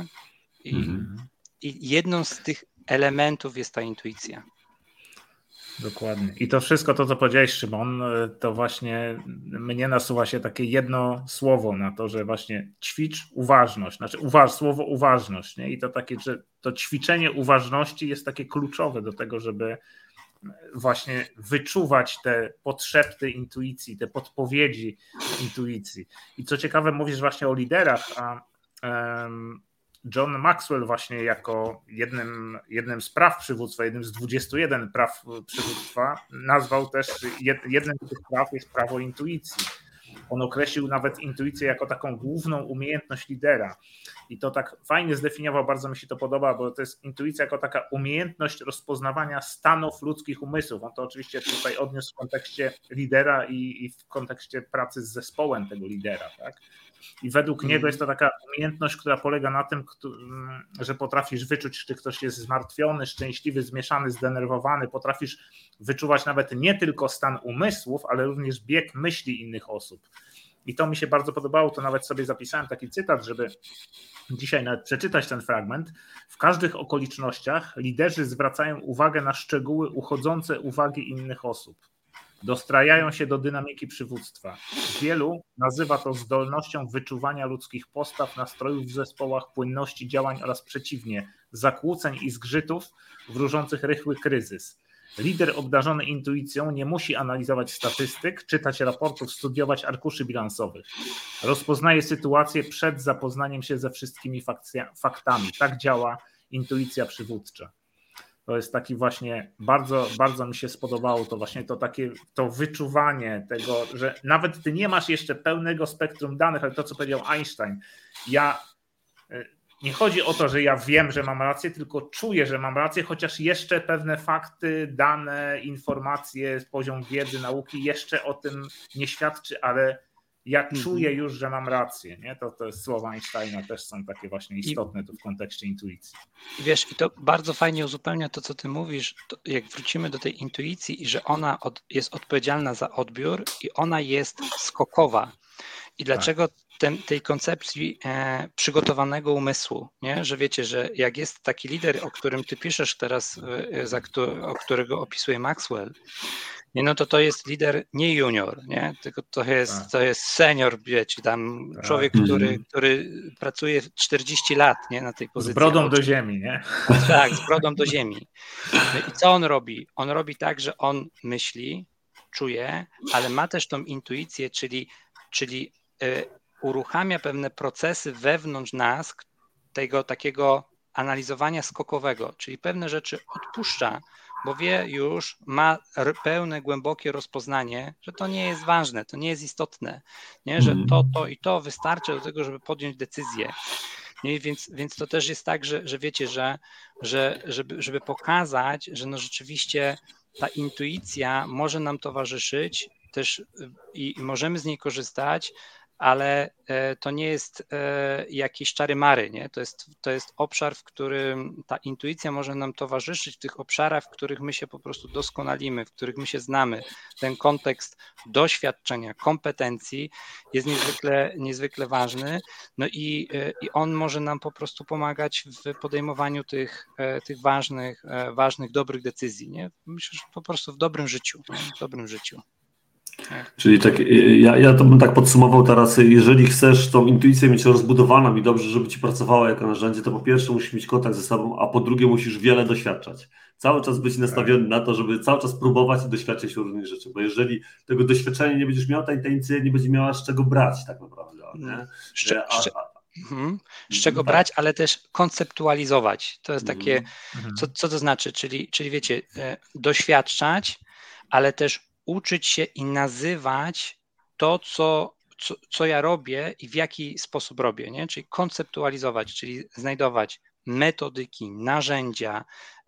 I jedną z tych elementów jest ta intuicja. Dokładnie. I to wszystko, to co powiedziałeś, Szymon, to właśnie mnie nasuwa się takie jedno słowo na to, że właśnie ćwicz uważność, znaczy słowo uważność, nie? I to takie, że to ćwiczenie uważności jest takie kluczowe do tego, żeby właśnie wyczuwać te podszepty intuicji, te podpowiedzi intuicji. I co ciekawe, mówisz właśnie o liderach, a John Maxwell właśnie jako jednym z praw przywództwa, jednym z 21 praw przywództwa nazwał też, jednym z tych praw jest prawo intuicji. On określił nawet intuicję jako taką główną umiejętność lidera. I to tak fajnie zdefiniował, bardzo mi się to podoba, bo to jest intuicja jako taka umiejętność rozpoznawania stanów ludzkich umysłów. On to oczywiście tutaj odniósł w kontekście lidera i w kontekście pracy z zespołem tego lidera, tak? I według niego jest to taka umiejętność, która polega na tym, że potrafisz wyczuć, czy ktoś jest zmartwiony, szczęśliwy, zmieszany, zdenerwowany, potrafisz wyczuwać nawet nie tylko stan umysłów, ale również bieg myśli innych osób. I to mi się bardzo podobało, to nawet sobie zapisałem taki cytat, żeby dzisiaj nawet przeczytać ten fragment. W każdych okolicznościach liderzy zwracają uwagę na szczegóły uchodzące uwagi innych osób. Dostrajają się do dynamiki przywództwa. Wielu nazywa to zdolnością wyczuwania ludzkich postaw, nastrojów w zespołach, płynności działań oraz przeciwnie, zakłóceń i zgrzytów wróżących rychły kryzys. Lider obdarzony intuicją nie musi analizować statystyk, czytać raportów, studiować arkuszy bilansowych. Rozpoznaje sytuację przed zapoznaniem się ze wszystkimi faktami. Tak działa intuicja przywódcza. To jest taki właśnie, bardzo, bardzo mi się spodobało to właśnie to wyczuwanie tego, że nawet ty nie masz jeszcze pełnego spektrum danych, ale to, co powiedział Einstein, nie chodzi o to, że ja wiem, że mam rację, tylko czuję, że mam rację, chociaż jeszcze pewne fakty, dane, informacje, poziom wiedzy, nauki jeszcze o tym nie świadczy, ale ja czuję już, że mam rację. Nie? To słowa Einsteina też są takie właśnie istotne tu w kontekście intuicji. Wiesz, i to bardzo fajnie uzupełnia to, co ty mówisz, jak wrócimy do tej intuicji i że ona jest odpowiedzialna za odbiór i ona jest skokowa. I dlaczego tej koncepcji przygotowanego umysłu, nie? Że wiecie, że jak jest taki lider, o którym ty piszesz teraz, o którego opisuje Maxwell, nie, no to jest lider nie junior, nie? Tylko to jest senior, wiecie, tam człowiek, który pracuje 40 lat, nie? Na tej pozycji. Z brodą do ziemi, nie? Tak, z brodą do ziemi. I co on robi? On robi tak, że on myśli, czuje, ale ma też tą intuicję, czyli uruchamia pewne procesy wewnątrz nas, tego takiego analizowania skokowego, czyli pewne rzeczy odpuszcza, bo wie już, ma pełne, głębokie rozpoznanie, że to nie jest ważne, to nie jest istotne, nie? Że to i to wystarczy do tego, żeby podjąć decyzję. Nie? Więc to też jest tak, że wiecie, żeby pokazać, że no rzeczywiście ta intuicja może nam towarzyszyć też i możemy z niej korzystać, ale to nie jest jakieś czary-mary, nie? To jest obszar, w którym ta intuicja może nam towarzyszyć, w tych obszarach, w których my się po prostu doskonalimy, w których my się znamy. Ten kontekst doświadczenia, kompetencji jest niezwykle ważny, no i on może nam po prostu pomagać w podejmowaniu tych ważnych, dobrych decyzji, nie? Myślę, że po prostu w dobrym życiu, nie? W dobrym życiu. Czyli tak, ja to bym tak podsumował teraz, jeżeli chcesz tą intuicję mieć rozbudowaną i dobrze, żeby ci pracowała jako narzędzie, to po pierwsze musisz mieć kontakt ze sobą, a po drugie musisz wiele doświadczać. Cały czas być nastawiony na to, żeby cały czas próbować i doświadczać różnych rzeczy, bo jeżeli tego doświadczenia nie będziesz miał, ta intuicja nie będzie miała z czego brać tak naprawdę. Nie? Z czego brać, ale też konceptualizować. To jest takie, co to znaczy, czyli wiecie, doświadczać, ale też uczyć się i nazywać to, co ja robię i w jaki sposób robię, nie? Czyli konceptualizować, czyli znajdować metodyki, narzędzia,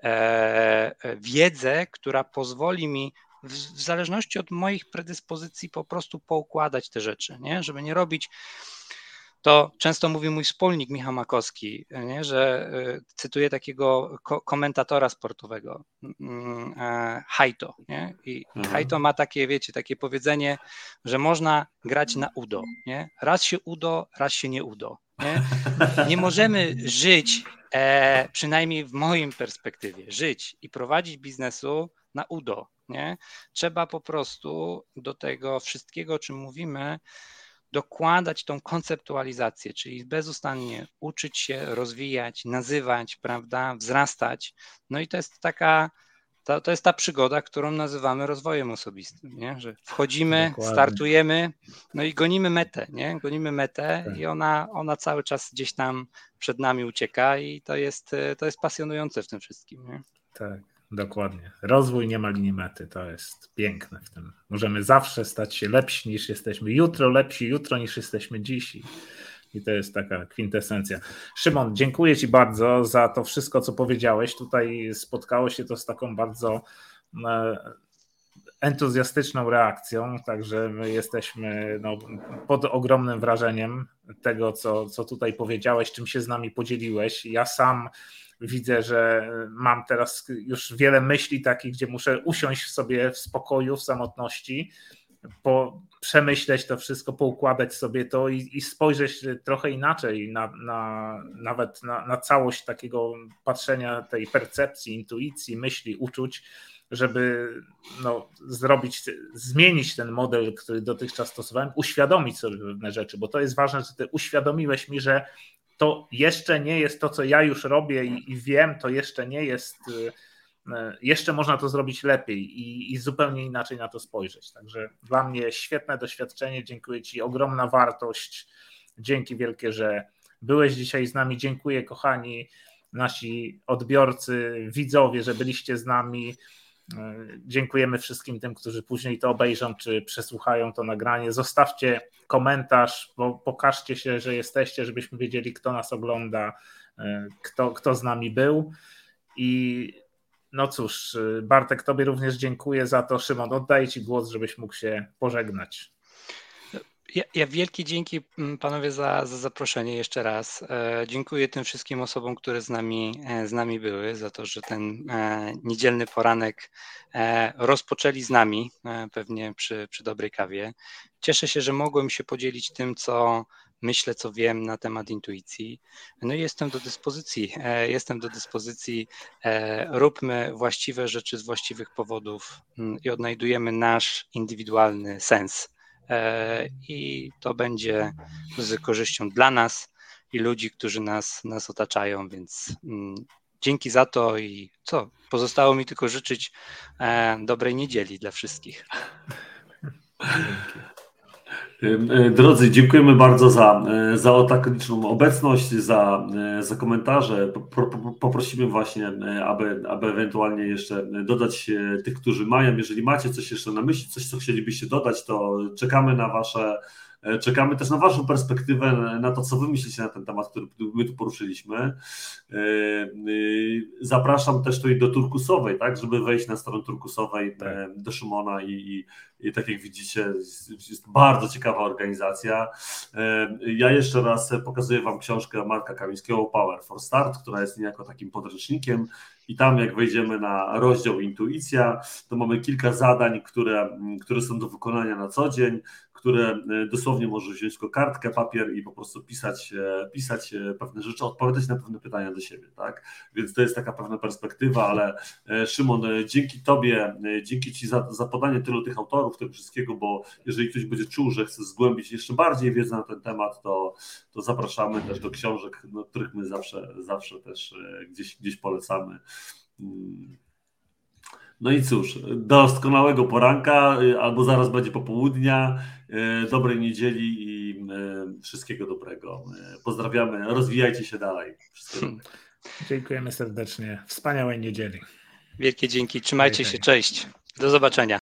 wiedzę, która pozwoli mi w zależności od moich predyspozycji po prostu poukładać te rzeczy, nie? Żeby nie robić. To często mówi mój wspólnik Michał Makowski, nie? Że cytuję takiego komentatora sportowego, Hajto. Nie? I Hajto ma takie, wiecie, takie powiedzenie, że można grać na udo. Nie? Raz się udo, raz się nie udo. Nie możemy żyć, przynajmniej w moim perspektywie, żyć i prowadzić biznesu na udo. Nie? Trzeba po prostu do tego wszystkiego, o czym mówimy, dokładać tą konceptualizację, czyli bezustannie uczyć się, rozwijać, nazywać, prawda, wzrastać. No i to jest to jest ta przygoda, którą nazywamy rozwojem osobistym, nie? Że wchodzimy, dokładnie, startujemy, no i gonimy metę, nie? Gonimy metę tak. I ona cały czas gdzieś tam przed nami ucieka i to jest pasjonujące w tym wszystkim, nie? Tak. Dokładnie. Rozwój nie ma linii mety, to jest piękne w tym. Możemy zawsze stać się lepsi niż jesteśmy jutro, lepsi jutro niż jesteśmy dziś i to jest taka kwintesencja. Szymon, dziękuję Ci bardzo za to wszystko, co powiedziałeś. Tutaj spotkało się to z taką bardzo entuzjastyczną reakcją, także my jesteśmy pod ogromnym wrażeniem tego, co tutaj powiedziałeś, czym się z nami podzieliłeś. Ja sam widzę, że mam teraz już wiele myśli takich, gdzie muszę usiąść sobie w spokoju, w samotności, przemyśleć to wszystko, poukładać sobie to i spojrzeć trochę inaczej nawet na całość takiego patrzenia, tej percepcji, intuicji, myśli, uczuć, żeby zmienić ten model, który dotychczas stosowałem, uświadomić sobie pewne rzeczy, bo to jest ważne, że ty uświadomiłeś mi, że to jeszcze nie jest to, co ja już robię i wiem, to jeszcze nie jest, jeszcze można to zrobić lepiej i zupełnie inaczej na to spojrzeć. Także dla mnie świetne doświadczenie, dziękuję Ci, ogromna wartość, dzięki wielkie, że byłeś dzisiaj z nami, dziękuję kochani nasi odbiorcy, widzowie, że byliście z nami. Dziękujemy wszystkim tym, którzy później to obejrzą, czy przesłuchają to nagranie. Zostawcie komentarz, pokażcie się, że jesteście, żebyśmy wiedzieli, kto nas ogląda, kto z nami był. I no cóż, Bartek, Tobie również dziękuję za to. Szymon, oddaję Ci głos, żebyś mógł się pożegnać. Ja wielkie dzięki panowie za zaproszenie jeszcze raz. Dziękuję tym wszystkim osobom, które z nami były, za to, że ten niedzielny poranek rozpoczęli z nami, pewnie przy dobrej kawie. Cieszę się, że mogłem się podzielić tym, co myślę, co wiem na temat intuicji. No i jestem do dyspozycji. Róbmy właściwe rzeczy z właściwych powodów i odnajdujemy nasz indywidualny sens. I to będzie z korzyścią dla nas i ludzi, którzy nas otaczają, więc dzięki za to i pozostało mi tylko życzyć dobrej niedzieli dla wszystkich. Drodzy, dziękujemy bardzo za tak liczną obecność, za komentarze. Poprosimy właśnie, aby ewentualnie jeszcze dodać tych, którzy mają. Jeżeli macie coś jeszcze na myśli, coś, co chcielibyście dodać, to czekamy Czekamy też na waszą perspektywę, na to, co wy myślicie na ten temat, który my tu poruszyliśmy. Zapraszam też tutaj do Turkusowej, tak, żeby wejść na stronę Turkusowej do Szymona i tak jak widzicie, jest bardzo ciekawa organizacja. Ja jeszcze raz pokazuję wam książkę Marka Kamińskiego Power for Start, która jest niejako takim podręcznikiem i tam jak wejdziemy na rozdział Intuicja, to mamy kilka zadań, które są do wykonania na co dzień, które dosłownie możesz wziąć tylko kartkę, papier i po prostu pisać pewne rzeczy, odpowiadać na pewne pytania do siebie, tak? Więc to jest taka pewna perspektywa, ale Szymon, dzięki tobie, dzięki ci za podanie tylu tych autorów, tego wszystkiego, bo jeżeli ktoś będzie czuł, że chce zgłębić jeszcze bardziej wiedzę na ten temat, to zapraszamy też do książek, których my zawsze też gdzieś polecamy. No i cóż, doskonałego poranka, albo zaraz będzie popołudnia, dobrej niedzieli i wszystkiego dobrego. Pozdrawiamy, rozwijajcie się dalej. Wszystkiego dobrego. Dziękujemy serdecznie. Wspaniałej niedzieli. Wielkie dzięki, trzymajcie się, cześć. Do zobaczenia.